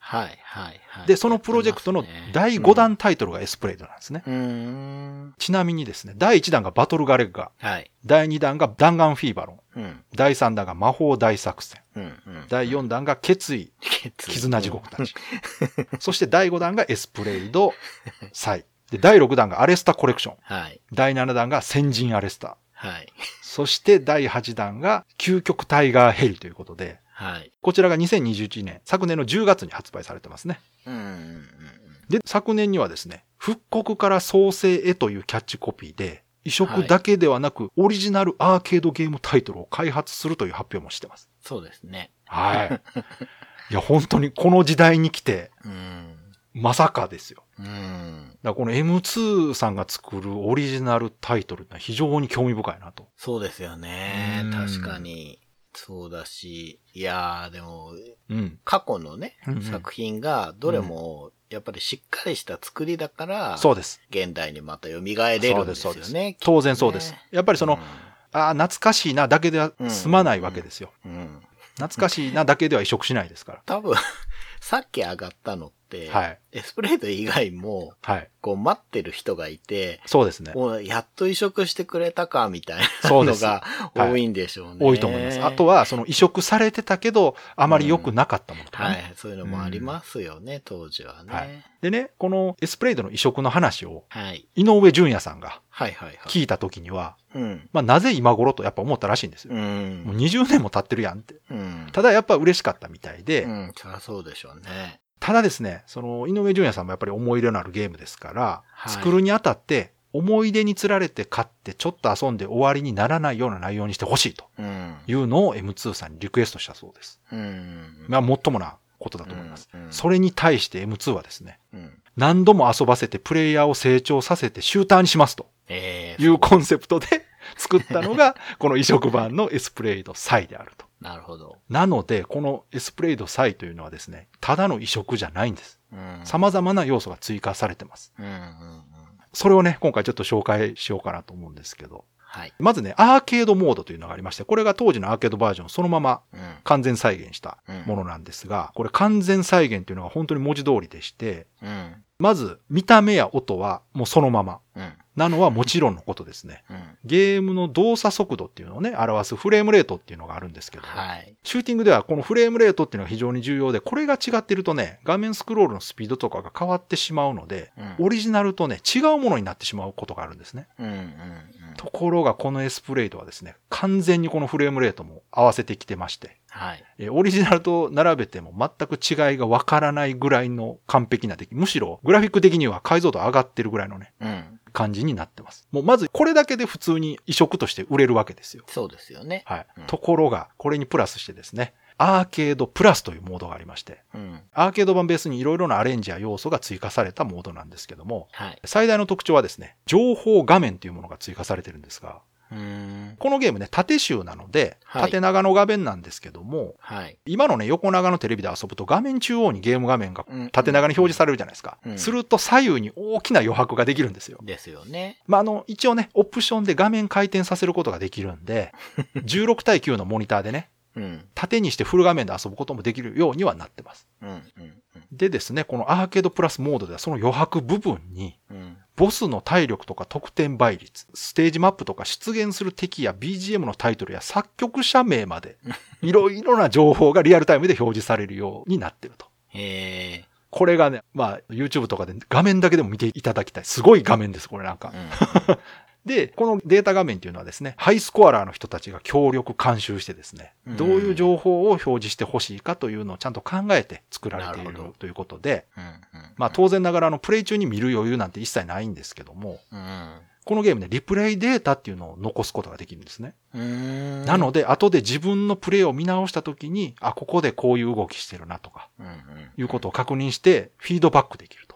Speaker 3: はいはいはい。
Speaker 2: で、そのプロジェクトの第5弾タイトルがエスプレイドなんですね。ちなみにですね、第1弾がバトルガレッガ。はい、第2弾が弾丸フィーバロン。第3弾が魔法大作戦。第4弾が決意。絆地獄たち。そして第5弾がエスプレイド、サイ。で、第6弾がアレスタコレクション。はい、第7弾が先人アレスタ。はい、そして第8弾が究極タイガーヘリということで、はい、こちらが2021年、昨年の10月に発売されてますね。で、昨年にはですね、復刻から創生へというキャッチコピーで、移植だけではなく、オリジナルアーケードゲームタイトルを開発するという発表もしてます。
Speaker 3: そうですね。
Speaker 2: はい。いや、本当にこの時代に来て、まさかですよ。だからこの M2 さんが作るオリジナルタイトルって非常に興味深いなと。
Speaker 3: そうですよね。確かに。そうだし、いやーでも、過去のね、作品がどれもやっぱりしっかりした作りだから、
Speaker 2: そうです。
Speaker 3: 現代にまた蘇れるんですよね。
Speaker 2: 当然そうです。やっぱりその、懐かしいなだけでは済まないわけですよ。懐かしいなだけでは移植しないですから。
Speaker 3: 多分、さっき上がったのって、はい、エスプレード以外も、はい、こう待ってる人がいて、
Speaker 2: そうですね。
Speaker 3: もうやっと移植してくれたかみたいなのが多いんでしょうね。
Speaker 2: 多いと思います。あとは、その移植されてたけど、あまり良くなかったものとか、ね
Speaker 3: はい、そういうのもありますよね、当時はね、はい。
Speaker 2: でね、このエスプレードの移植の話を、井上淳也さんが聞いた時には、まあなぜ今頃とやっぱ思ったらしいんですよ。もう20年も経ってるやんって。ただやっぱ嬉しかったみたいで、
Speaker 3: そりゃそうでしょうね。
Speaker 2: ただですね、その井上淳也さんもやっぱり思い入れのあるゲームですから、作るにあたって思い出につられて買ってちょっと遊んで終わりにならないような内容にしてほしいというのを M2 さんにリクエストしたそうです。まあもっともなことだと思います。それに対して M2 はですね、何度も遊ばせてプレイヤーを成長させてシューターにしますというコンセプトで作ったのがこの移植版のエスプレイドサイであると。
Speaker 3: なるほど。
Speaker 2: なので、このエスプレイドサイというのはですね、ただの移植じゃないんです。様々な要素が追加されてます。それをね、今回ちょっと紹介しようかなと思うんですけど。はい、まずね、アーケードモードというのがありまして、これが当時のアーケードバージョンをそのまま完全再現したものなんですが、これ完全再現というのが本当に文字通りでして、まず見た目や音はもうそのまま。なのはもちろんのことですね。ゲームの動作速度っていうのをね、表すフレームレートっていうのがあるんですけど、シューティングではこのフレームレートっていうのが非常に重要で、これが違っているとね、画面スクロールのスピードとかが変わってしまうので、オリジナルとね、違うものになってしまうことがあるんですね。ところがこのエスプレイドはですね、完全にこのフレームレートも合わせてきてまして、オリジナルと並べても全く違いがわからないぐらいの完璧な出来。むしろグラフィック的には解像度上がってるぐらいのね、感じになってます。もうまずこれだけで普通に移植として売れるわけですよ。
Speaker 3: そうですよね。
Speaker 2: はい。ところが、これにプラスしてですね、アーケードプラスというモードがありまして、アーケード版ベースにいろいろなアレンジや要素が追加されたモードなんですけども、最大の特徴はですね、情報画面というものが追加されてるんですが、このゲームね、縦集なので、縦長の画面なんですけども、今のね、横長のテレビで遊ぶと画面中央にゲーム画面が縦長に表示されるじゃないですか。すると左右に大きな余白ができるんですよ。
Speaker 3: ですよね。
Speaker 2: まあ、一応ね、オプションで画面回転させることができるんで、16対9のモニターでね、縦にしてフル画面で遊ぶこともできるようにはなってます。でですね、このアーケードプラスモードではその余白部分に、ボスの体力とか得点倍率、ステージマップとか出現する敵や BGM のタイトルや作曲者名まで、いろいろな情報がリアルタイムで表示されるようになってると。これがね、まあ YouTube とかで画面だけでも見ていただきたい。すごい画面です、これなんか。で、このデータ画面っていうのはですね、ハイスコアラーの人たちが協力監修してですね、どういう情報を表示してほしいかというのをちゃんと考えて作られているということで、まあ当然ながらプレイ中に見る余裕なんて一切ないんですけども、このゲームでリプレイデータっていうのを残すことができるんですね。なので、後で自分のプレイを見直したときに、あ、ここでこういう動きしてるなとか、いうことを確認してフィードバックできると。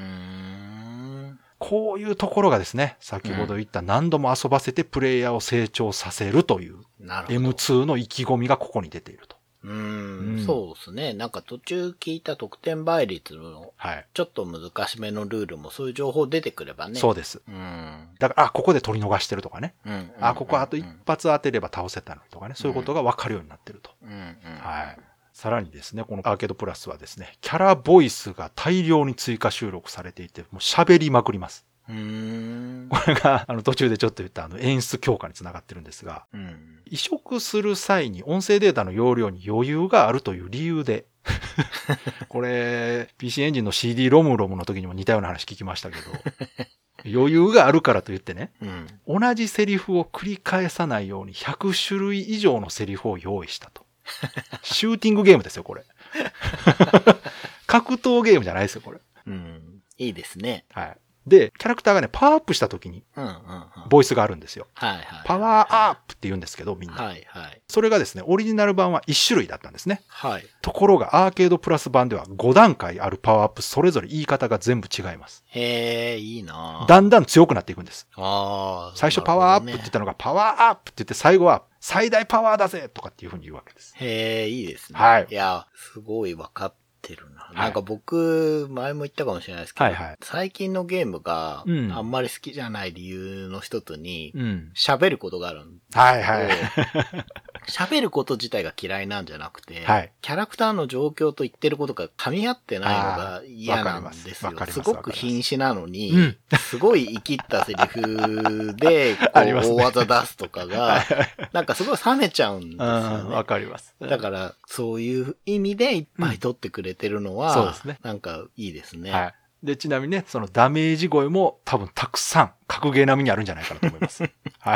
Speaker 2: こういうところがですね、先ほど言った何度も遊ばせてプレイヤーを成長させるという M2 の意気込みがここに出ていると。
Speaker 3: そうですね。なんか途中聞いた得点倍率のちょっと難しめのルールもそういう情報出てくればね。
Speaker 2: そうです。だから、ここで取り逃してるとかね。ここあと一発当てれば倒せたのとかね。そういうことが分かるようになってると。はい。 さらにですね、このアーケードプラスはですね、キャラボイスが大量に追加収録されていて、もう喋りまくります。これが途中でちょっと言った演出強化につながってるんですが、移植する際に音声データの容量に余裕があるという理由でこれ PC エンジンの CD ロムの時にも似たような話聞きましたけど余裕があるからと言ってね、同じセリフを繰り返さないように100種類以上のセリフを用意したと。シューティングゲームですよこれ。格闘ゲームじゃないですよこれ。
Speaker 3: いいですね。
Speaker 2: はい。で、キャラクターがね、パワーアップした時に、ボイスがあるんですよ。パワーアップって言うんですけど、みんな。それがですね、オリジナル版は1種類だったんですね。ところが、アーケードプラス版では5段階あるパワーアップ、それぞれ言い方が全部違います。
Speaker 3: いいな
Speaker 2: だんだん強くなっていくんです。最初パワーアップって言ったのが、パワーアップって言って、最後は、最大パワーだぜとかっていう風に言うわけです。
Speaker 3: いいですね。いや、すごい分かってるな。なんか僕、前も言ったかもしれないですけど、最近のゲームがあんまり好きじゃない理由の一つに、喋ることがあるんですけど、喋ること自体が嫌いなんじゃなくて、キャラクターの状況と言ってることが噛み合ってないのが嫌なんですよ。すごく瀕死なのに、すごい生きったセリフで、大技出すとかが、なんかすごい冷めちゃうんですよね。
Speaker 2: わかります。
Speaker 3: だから、そういう意味でいっぱい取ってくれてるのは、そうですね。なんかいいですね。
Speaker 2: で、ちなみにね、そのダメージ声も多分たくさん、格ゲー並みにあるんじゃないかなと思います。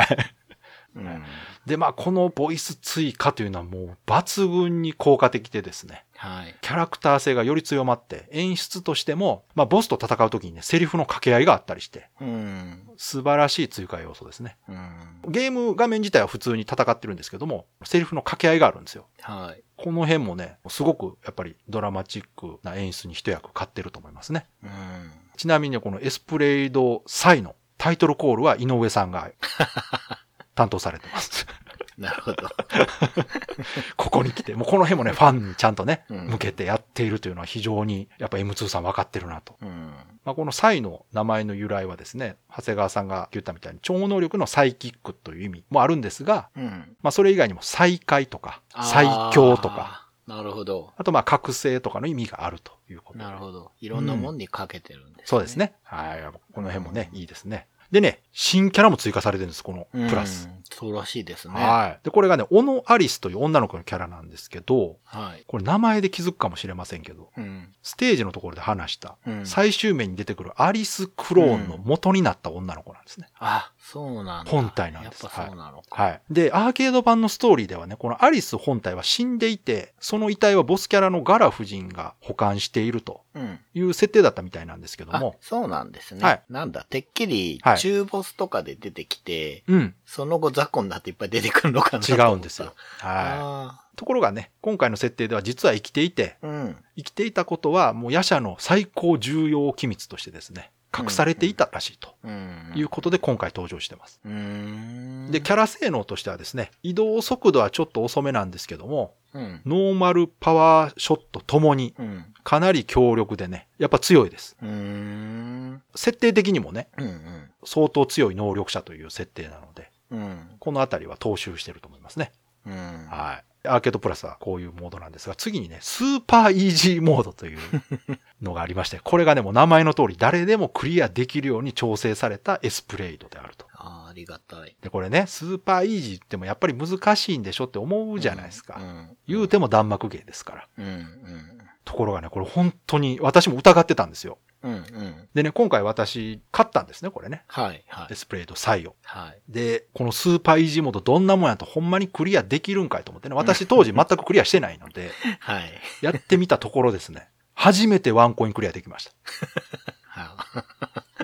Speaker 2: で、このボイス追加というのはもう抜群に効果的でですね。キャラクター性がより強まって、演出としても、ボスと戦うときにね、セリフの掛け合いがあったりして、素晴らしい追加要素ですね。ゲーム画面自体は普通に戦ってるんですけども、セリフの掛け合いがあるんですよ。この辺もね、すごくやっぱりドラマチックな演出に一役買ってると思いますね。ちなみにこのエスプレイドサイのタイトルコールは井上さんが担当されてます。
Speaker 3: なるほど。
Speaker 2: ここに来て、もうこの辺もね、ファンにちゃんとね、向けてやっているというのは非常に、やっぱ M2 さん分かってるなと。このサイの名前の由来はですね、長谷川さんが言ったみたいに超能力のサイキックという意味もあるんですが、それ以外にも再会とか、最強とか、
Speaker 3: なるほど。
Speaker 2: あと覚醒とかの意味があるということ。
Speaker 3: なるほど。いろんなもんにかけてるんですね。
Speaker 2: そうですね。はい。この辺もね、いいですね。でね、新キャラも追加されてるんです、このプラス。
Speaker 3: そうらしいですね。
Speaker 2: はい。で、これがね、小野アリスという女の子のキャラなんですけど、これ名前で気づくかもしれませんけど、ステージのところで話した、最終面に出てくるアリスクローンの元になった女の子なんですね。
Speaker 3: そうなんだ。
Speaker 2: 本体なんです。
Speaker 3: やっぱそうなのか。
Speaker 2: はい。で、アーケード版のストーリーではね、このアリス本体は死んでいて、その遺体はボスキャラのガラ夫人が保管しているという設定だったみたいなんですけども。
Speaker 3: そうなんですね。なんだ、てっきり中ボスとかで出てきて、その後雑魚になっていっぱい出てくるのかなと思った。
Speaker 2: 違うんですよ。ところがね、今回の設定では実は生きていて、生きていたことはもう夜叉の最高重要機密としてですね、隠されていたらしいということで今回登場してます。で、キャラ性能としてはですね、移動速度はちょっと遅めなんですけども、ノーマルパワーショットともにかなり強力でね、やっぱ強いです。設定的にもね、相当強い能力者という設定なので、このあたりは踏襲してると思いますね。はい。アーケードプラスはこういうモードなんですが、次にね、スーパーイージーモードというのがありまして、これがね、もう名前の通り誰でもクリアできるように調整されたエスプレイドであると。
Speaker 3: ありがたい。
Speaker 2: で、これね、スーパーイージーってもやっぱり難しいんでしょって思うじゃないですか。言うても弾幕ゲーですから。ところがね、これ本当に私も疑ってたんですよ。でね、今回私買ったんですね、これね。エスプレイドサイを。で、このスーパーイージーモードどんなもんやとほんまにクリアできるんかいと思ってね、私当時全くクリアしてないので、やってみたところですね、初めてワンコインクリアできました。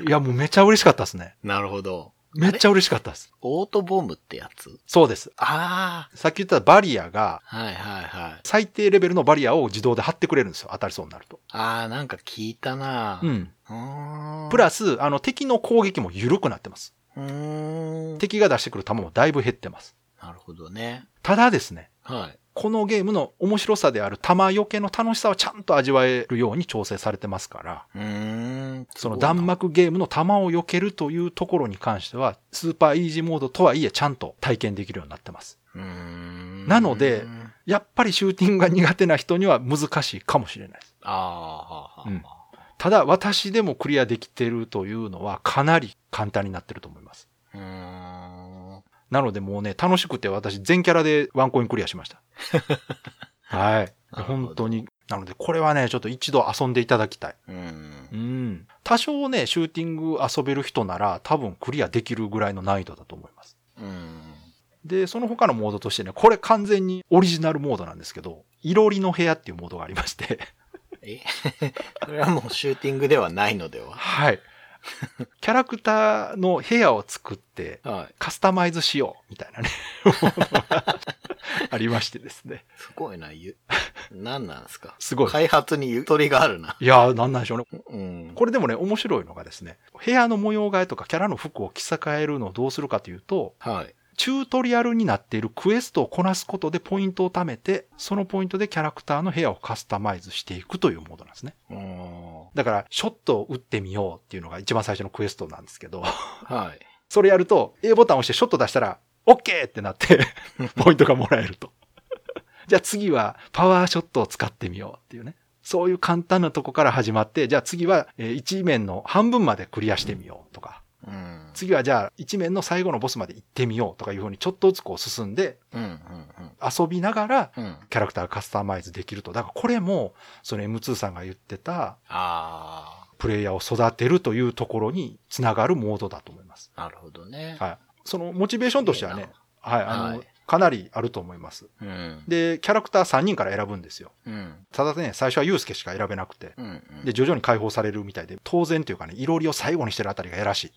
Speaker 2: いや、もうめちゃ嬉しかったですね。
Speaker 3: なるほど。
Speaker 2: めっちゃ嬉しかったです。
Speaker 3: オートボムってやつ？
Speaker 2: そうです。
Speaker 3: さ
Speaker 2: っき言ったバリアが、最低レベルのバリアを自動で張ってくれるんですよ。当たりそうになると。
Speaker 3: なんか聞いたな。
Speaker 2: プラス、敵の攻撃も緩くなってます。敵が出してくる弾もだいぶ減ってます。
Speaker 3: なるほどね。
Speaker 2: ただですね。このゲームの面白さである弾よけの楽しさはちゃんと味わえるように調整されてますから、その弾幕ゲームの弾を避けるというところに関しては、スーパーイージーモードとはいえちゃんと体験できるようになってます。なので、 やっぱりシューティングが苦手な人には難しいかもしれないです。ただ私でもクリアできてるというのはかなり簡単になってると思います。なのでもうね、楽しくて私全キャラでワンコインクリアしました。はい。本当に。なのでこれはね、ちょっと一度遊んでいただきたい。多少ね、シューティング遊べる人なら多分クリアできるぐらいの難易度だと思います。で、その他のモードとしてね、これ完全にオリジナルモードなんですけど、いろりの部屋っていうモードがありまして。
Speaker 3: それはもうシューティングではないのでは？
Speaker 2: はい。キャラクターの部屋を作ってカスタマイズしようみたいなねありましてですね。
Speaker 3: すごいな。何なんですか？
Speaker 2: すごい。
Speaker 3: 開発にゆとりがあるな。
Speaker 2: いやー、なんなんでしょうね。これでもね、面白いのがですね、部屋の模様替えとかキャラの服を着せ替えるのをどうするかというと、チュートリアルになっているクエストをこなすことでポイントを貯めて、そのポイントでキャラクターの部屋をカスタマイズしていくというモードなんですね。だから、ショットを打ってみようっていうのが一番最初のクエストなんですけど、それやると A ボタンを押してショット出したら OK ってなってポイントがもらえると。じゃあ次はパワーショットを使ってみようっていうね。そういう簡単なとこから始まって、じゃあ次は1面の半分までクリアしてみようとか。次はじゃあ一面の最後のボスまで行ってみようとかいう風にちょっとずつこう進んで、遊びながらキャラクターがカスタマイズできると。だからこれもその M2 さんが言ってたプレイヤーを育てるというところにつながるモードだと思います。
Speaker 3: なるほどね。
Speaker 2: はい。そのモチベーションとしてはね、かなりあると思います。で、キャラクター3人から選ぶんですよ。ただね、最初はユウスケしか選べなくて、で、徐々に解放されるみたいで、当然というかね、いろりを最後にしてるあたりがやらしい。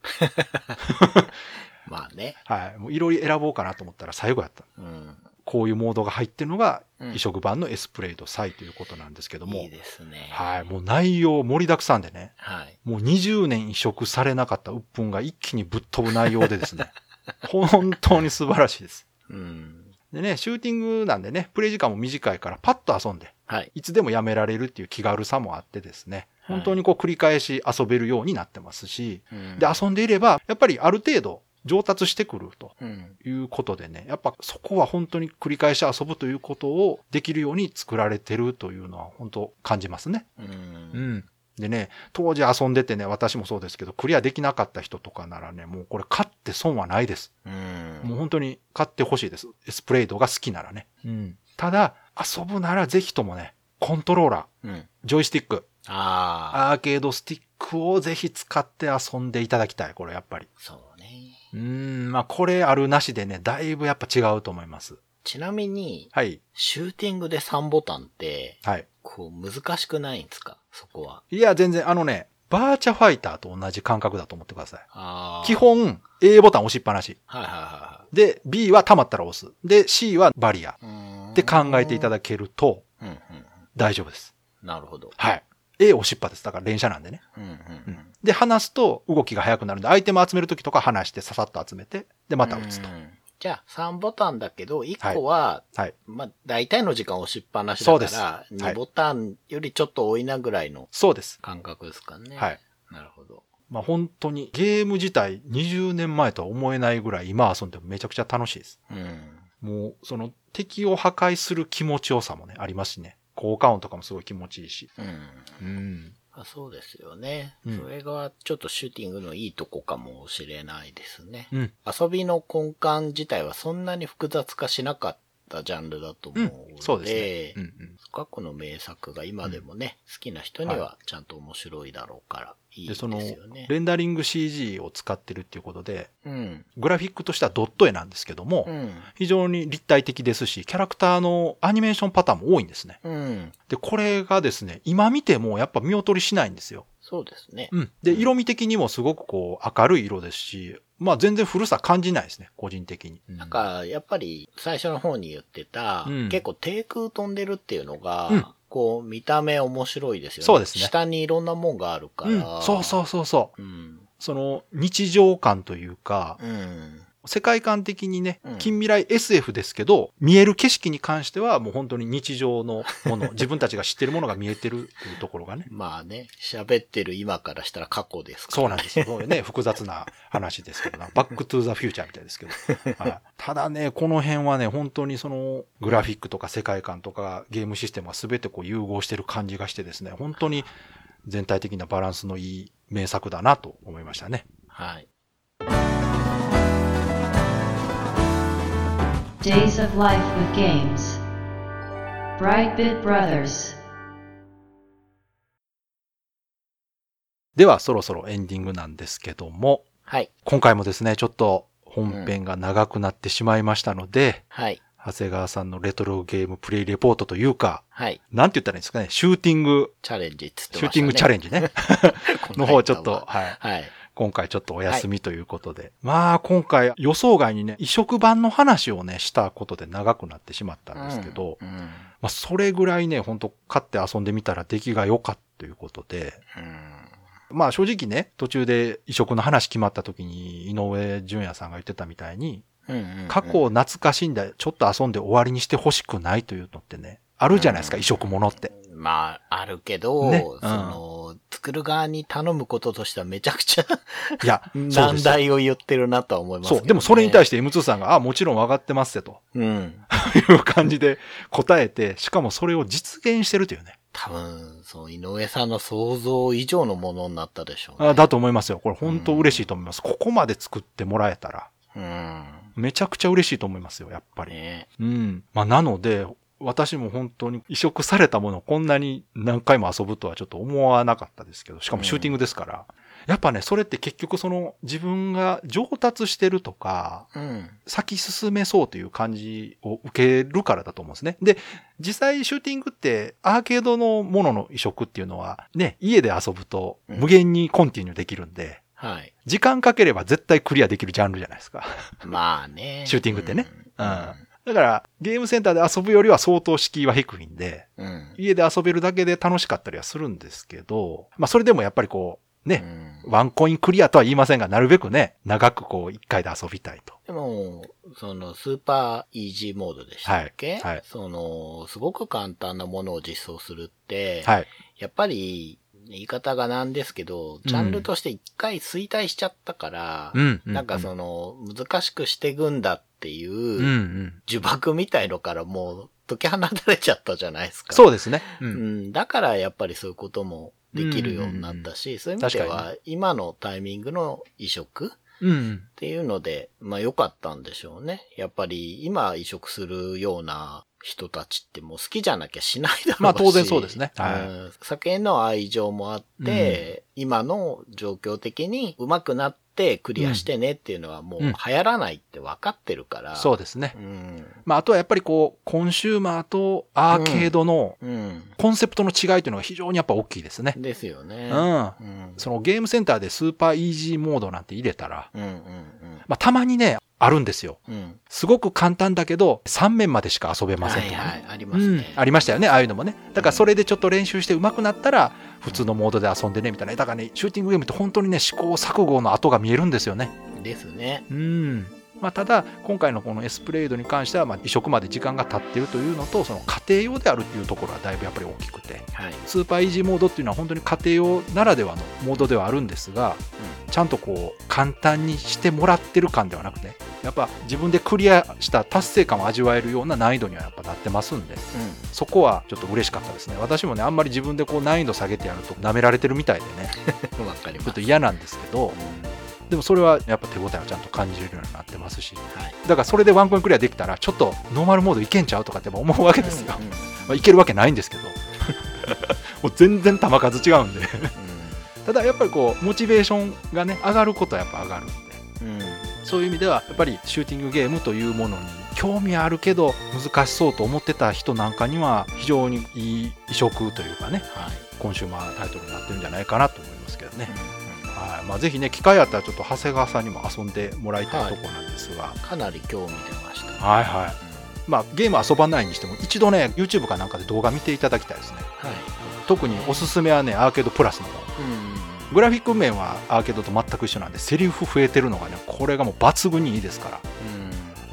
Speaker 3: まあね。
Speaker 2: はい。もういろり選ぼうかなと思ったら最後やった。こういうモードが入ってるのが、移植版のエスプレイドサイということなんですけども。
Speaker 3: いいですね。
Speaker 2: はい。もう内容盛りだくさんでね。もう20年移植されなかった鬱憤が一気にぶっ飛ぶ内容でですね。本当に素晴らしいです。でね、シューティングなんでね、プレイ時間も短いからパッと遊んで、いつでもやめられるっていう気軽さもあってですね、本当にこう繰り返し遊べるようになってますし、で、遊んでいれば、やっぱりある程度上達してくるということでね、やっぱそこは本当に繰り返し遊ぶということをできるように作られてるというのは本当感じますね。でね、当時遊んでてね、私もそうですけど、クリアできなかった人とかならね、もうこれ買って損はないです。もう本当に買ってほしいです。エスプレイドが好きならね。ただ、遊ぶならぜひともね、コントローラー、ジョイスティック、アーケードスティックをぜひ使って遊んでいただきたい。これやっぱり。
Speaker 3: そうね。
Speaker 2: まあこれあるなしでね、だいぶやっぱ違うと思います。
Speaker 3: ちなみに、シューティングで3ボタンって、こう難しくないんですか？そこは。
Speaker 2: いや、全然バーチャファイターと同じ感覚だと思ってください。基本、A ボタン押しっぱなし。で、B は溜まったら押す。で、C はバリア。って考えていただけると、大丈夫です。
Speaker 3: なるほど。
Speaker 2: はい。A 押しっぱです。だから連射なんでね。で、離すと動きが速くなるんで、アイテム集めるときとか離してささっと集めて、で、また打つと。
Speaker 3: じゃあ3ボタンだけど、1個は、まあ大体の時間押しっぱなしだから、2ボタンよりちょっと多いなぐらいの感覚ですかね。
Speaker 2: はい。
Speaker 3: なるほど。
Speaker 2: まあ本当にゲーム自体20年前とは思えないぐらい今遊んでもめちゃくちゃ楽しいです。もうその敵を破壊する気持ちよさもね、ありますしね。効果音とかもすごい気持ちいいし。
Speaker 3: そうですよね。それがちょっとシューティングのいいとこかもしれないですね。遊びの根幹自体はそんなに複雑化しなかったジャンルだと思うので、
Speaker 2: そうですね。
Speaker 3: 過去の名作が今でもね、好きな人にはちゃんと面白いだろうからいいですよね。で、その
Speaker 2: レンダリング CG を使ってるっていうことで、グラフィックとしてはドット絵なんですけども、非常に立体的ですし、キャラクターのアニメーションパターンも多いんですね。で、これがですね、今見てもやっぱ見劣りしないんですよ。
Speaker 3: そうですね。
Speaker 2: で、色味的にもすごくこう明るい色ですし、まあ全然古さ感じないですね、個人的に。
Speaker 3: なんか、やっぱり最初の方に言ってた、結構低空飛んでるっていうのが、こう見た目面白いですよね。
Speaker 2: そうですね。
Speaker 3: 下にいろんなもんがあるから。
Speaker 2: そう。その日常感というか、 世界観的にね、近未来 SF ですけど、見える景色に関してはもう本当に日常のもの、自分たちが知ってるものが見えてるっていうところがね。
Speaker 3: まあね、喋ってる今からしたら過去ですから、
Speaker 2: そうなんですよ。ね、複雑な話ですけどな。バックトゥーザフューチャーみたいですけど。はい、ただね、この辺はね、本当にそのグラフィックとか世界観とかゲームシステムが全てこう融合してる感じがしてですね、本当に全体的なバランスのいい名作だなと思いましたね。
Speaker 3: はい。
Speaker 1: Days of Life with Games Brightbit Brothers
Speaker 2: ではそろそろエンディングなんですけども、
Speaker 3: はい、
Speaker 2: 今回もですねちょっと本編が長くなってしまいましたので、
Speaker 3: はい、
Speaker 2: 長谷川さんのレトロゲームプレイレポートというか、
Speaker 3: はい、
Speaker 2: なんて言ったらいいんですかね、シューティング
Speaker 3: チャレンジっつってましたね。
Speaker 2: シューティングチャレンジねの方ちょっと、はい、
Speaker 3: はい、
Speaker 2: 今回ちょっとお休みということで、はい、まあ今回予想外にね移植版の話をねしたことで長くなってしまったんですけど、まあそれぐらいね本当買って遊んでみたら出来が良かったということで、まあ正直ね途中で移植の話決まった時に井上淳也さんが言ってたみたいに、過去を懐かしんでちょっと遊んで終わりにしてほしくないというのってねあるじゃないですか、移植ものって。
Speaker 3: まあ、あるけど、ね、作る側に頼むこととしてはめちゃくちゃいや、難題を言ってるなとは思いますけどね。
Speaker 2: そう、でもそれに対して M2 さんが、もちろん分かってますよと。いう感じで答えて、しかもそれを実現してるというね。
Speaker 3: 多分、井上さんの想像以上のものになったでしょうね。
Speaker 2: だと思いますよ。これ本当嬉しいと思います。ここまで作ってもらえたら。めちゃくちゃ嬉しいと思いますよ、やっぱり。まあ、なので、私も本当に移植されたものをこんなに何回も遊ぶとはちょっと思わなかったですけど、しかもシューティングですから。やっぱね、それって結局自分が上達してるとか、先進めそうという感じを受けるからだと思うんですね。で、実際シューティングってアーケードのものの移植っていうのはね、家で遊ぶと無限にコンティニューできるんで、
Speaker 3: はい。
Speaker 2: 時間かければ絶対クリアできるジャンルじゃないですか。
Speaker 3: まあね。
Speaker 2: シューティングってね。だからゲームセンターで遊ぶよりは相当敷居は低いんで、家で遊べるだけで楽しかったりはするんですけど、まあそれでもやっぱりね、ワンコインクリアとは言いませんが、なるべくね、長く一回で遊びたいと。
Speaker 3: でも、スーパーイージーモードでしたっけ？はい。すごく簡単なものを実装するって、はい。やっぱり、言い方がなんですけど、ジャンルとして一回衰退しちゃったから、なんか難しくしていくんだっていう、呪縛みたいのからもう解き放たれちゃったじゃないですか。
Speaker 2: そうですね。
Speaker 3: だからやっぱりそういうこともできるようになったし、そういう意味では、今のタイミングの移植っていうので、まあ良かったんでしょうね。やっぱり今移植するような人たちってもう好きじゃなきゃしないだろうし。
Speaker 2: まあ当然そうですね。
Speaker 3: 酒への愛情もあって、今の状況的に上手くなってクリアしてねっていうのはもう流行らないって分かってるから。
Speaker 2: そうですね。まああとはやっぱりコンシューマーとアーケードのコンセプトの違いというのが非常にやっぱ大きいですね。
Speaker 3: ですよね。
Speaker 2: そのゲームセンターでスーパーイージーモードなんて入れたら、まあたまにね、あるんですよ。すごく簡単だけど、3面までしか遊べませんとか、ね。
Speaker 3: ありますね。
Speaker 2: ありましたよね、ああいうのもね。だからそれでちょっと練習して上手くなったら、普通のモードで遊んでね、みたいな。だからね、シューティングゲームって本当にね、試行錯誤の跡が見えるんですよね。
Speaker 3: ですね。
Speaker 2: まあ、ただ、今回のこのエスプレードに関しては、まあ、移植まで時間が経っているというのと、その家庭用であるっていうところはだいぶやっぱり大きくて、スーパーイージーモードっていうのは本当に家庭用ならではのモードではあるんですが、ちゃんと簡単にしてもらってる感ではなくて、やっぱ自分でクリアした達成感を味わえるような難易度にはやっぱなってますんで、そこはちょっと嬉しかったですね。私もね、あんまり自分で難易度下げてやると舐められてるみたいでね、ちょっと嫌なんですけど、でもそれはやっぱ手応えをちゃんと感じるようになってますし、だからそれでワンコインクリアできたらちょっとノーマルモードいけんちゃうとかって思うわけですよ。まあいけるわけないんですけどもう全然球数違うんでただやっぱりモチベーションがね上がることはやっぱ上がるんで、そういう意味ではやっぱりシューティングゲームというものに興味あるけど難しそうと思ってた人なんかには非常にいい移植というかね、コンシューマータイトルになってるんじゃないかなと思いますけどね。まあ、ぜひね機会あったらちょっと長谷川さんにも遊んでもらいたいところなんですが、
Speaker 3: かなり興味出ました、
Speaker 2: まあゲーム遊ばないにしても一度ね YouTube かなんかで動画見ていただきたいですね。特におすすめはねアーケードプラスの方、 グラフィック面はアーケードと全く一緒なんで、セリフ増えてるのがね、これがもう抜群にいいですから、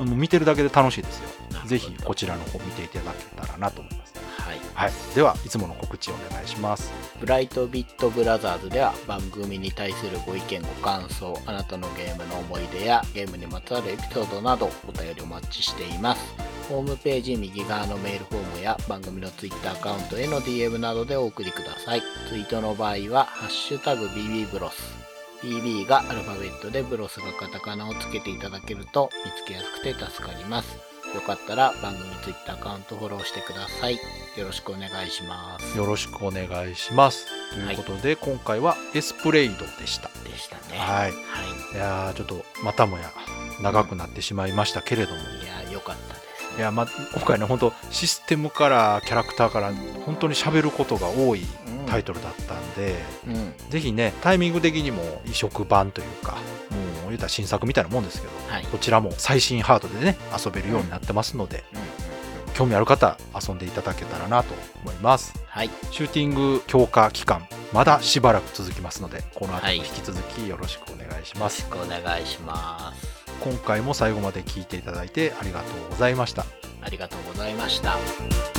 Speaker 2: もう見てるだけで楽しいですよ。ぜひこちらの方見ていただけたらなと思います。はい、ではいつもの告知をお願いします。
Speaker 3: ブライトビットブラザーズでは番組に対するご意見ご感想、あなたのゲームの思い出やゲームにまつわるエピソードなどお便りお待ちしています。ホームページ右側のメールフォームや番組の Twitter アカウントへの DM などでお送りください。ツイートの場合はハッシュタグ BB ブロス、 BB がアルファベットでブロスがカタカナをつけていただけると見つけやすくて助かります。よかったら番組 Twitter アカウントフォローしてください。よろしくお願いします。
Speaker 2: よろしくお願いします。ということで、今回はエスプレイドでした。
Speaker 3: でしたね。
Speaker 2: はい。いやちょっとまたもや長くなってしまいましたけれども。
Speaker 3: いや、よかったですね。
Speaker 2: いや、今回ね、本当システムからキャラクターから本当に喋ることが多いタイトルだったんで、ぜひね、タイミング的にも移植版というか、言ったら新作みたいなもんですけど、こちらも最新ハードでね遊べるようになってますので、興味ある方遊んでいただけたらなと思います。シューティング強化期間まだしばらく続きますので、この後も引き続きよろしくお願いします。
Speaker 3: よろしくお願いします。
Speaker 2: 今回も最後まで聞いていただいてありがとうございました。
Speaker 3: ありがとうございました。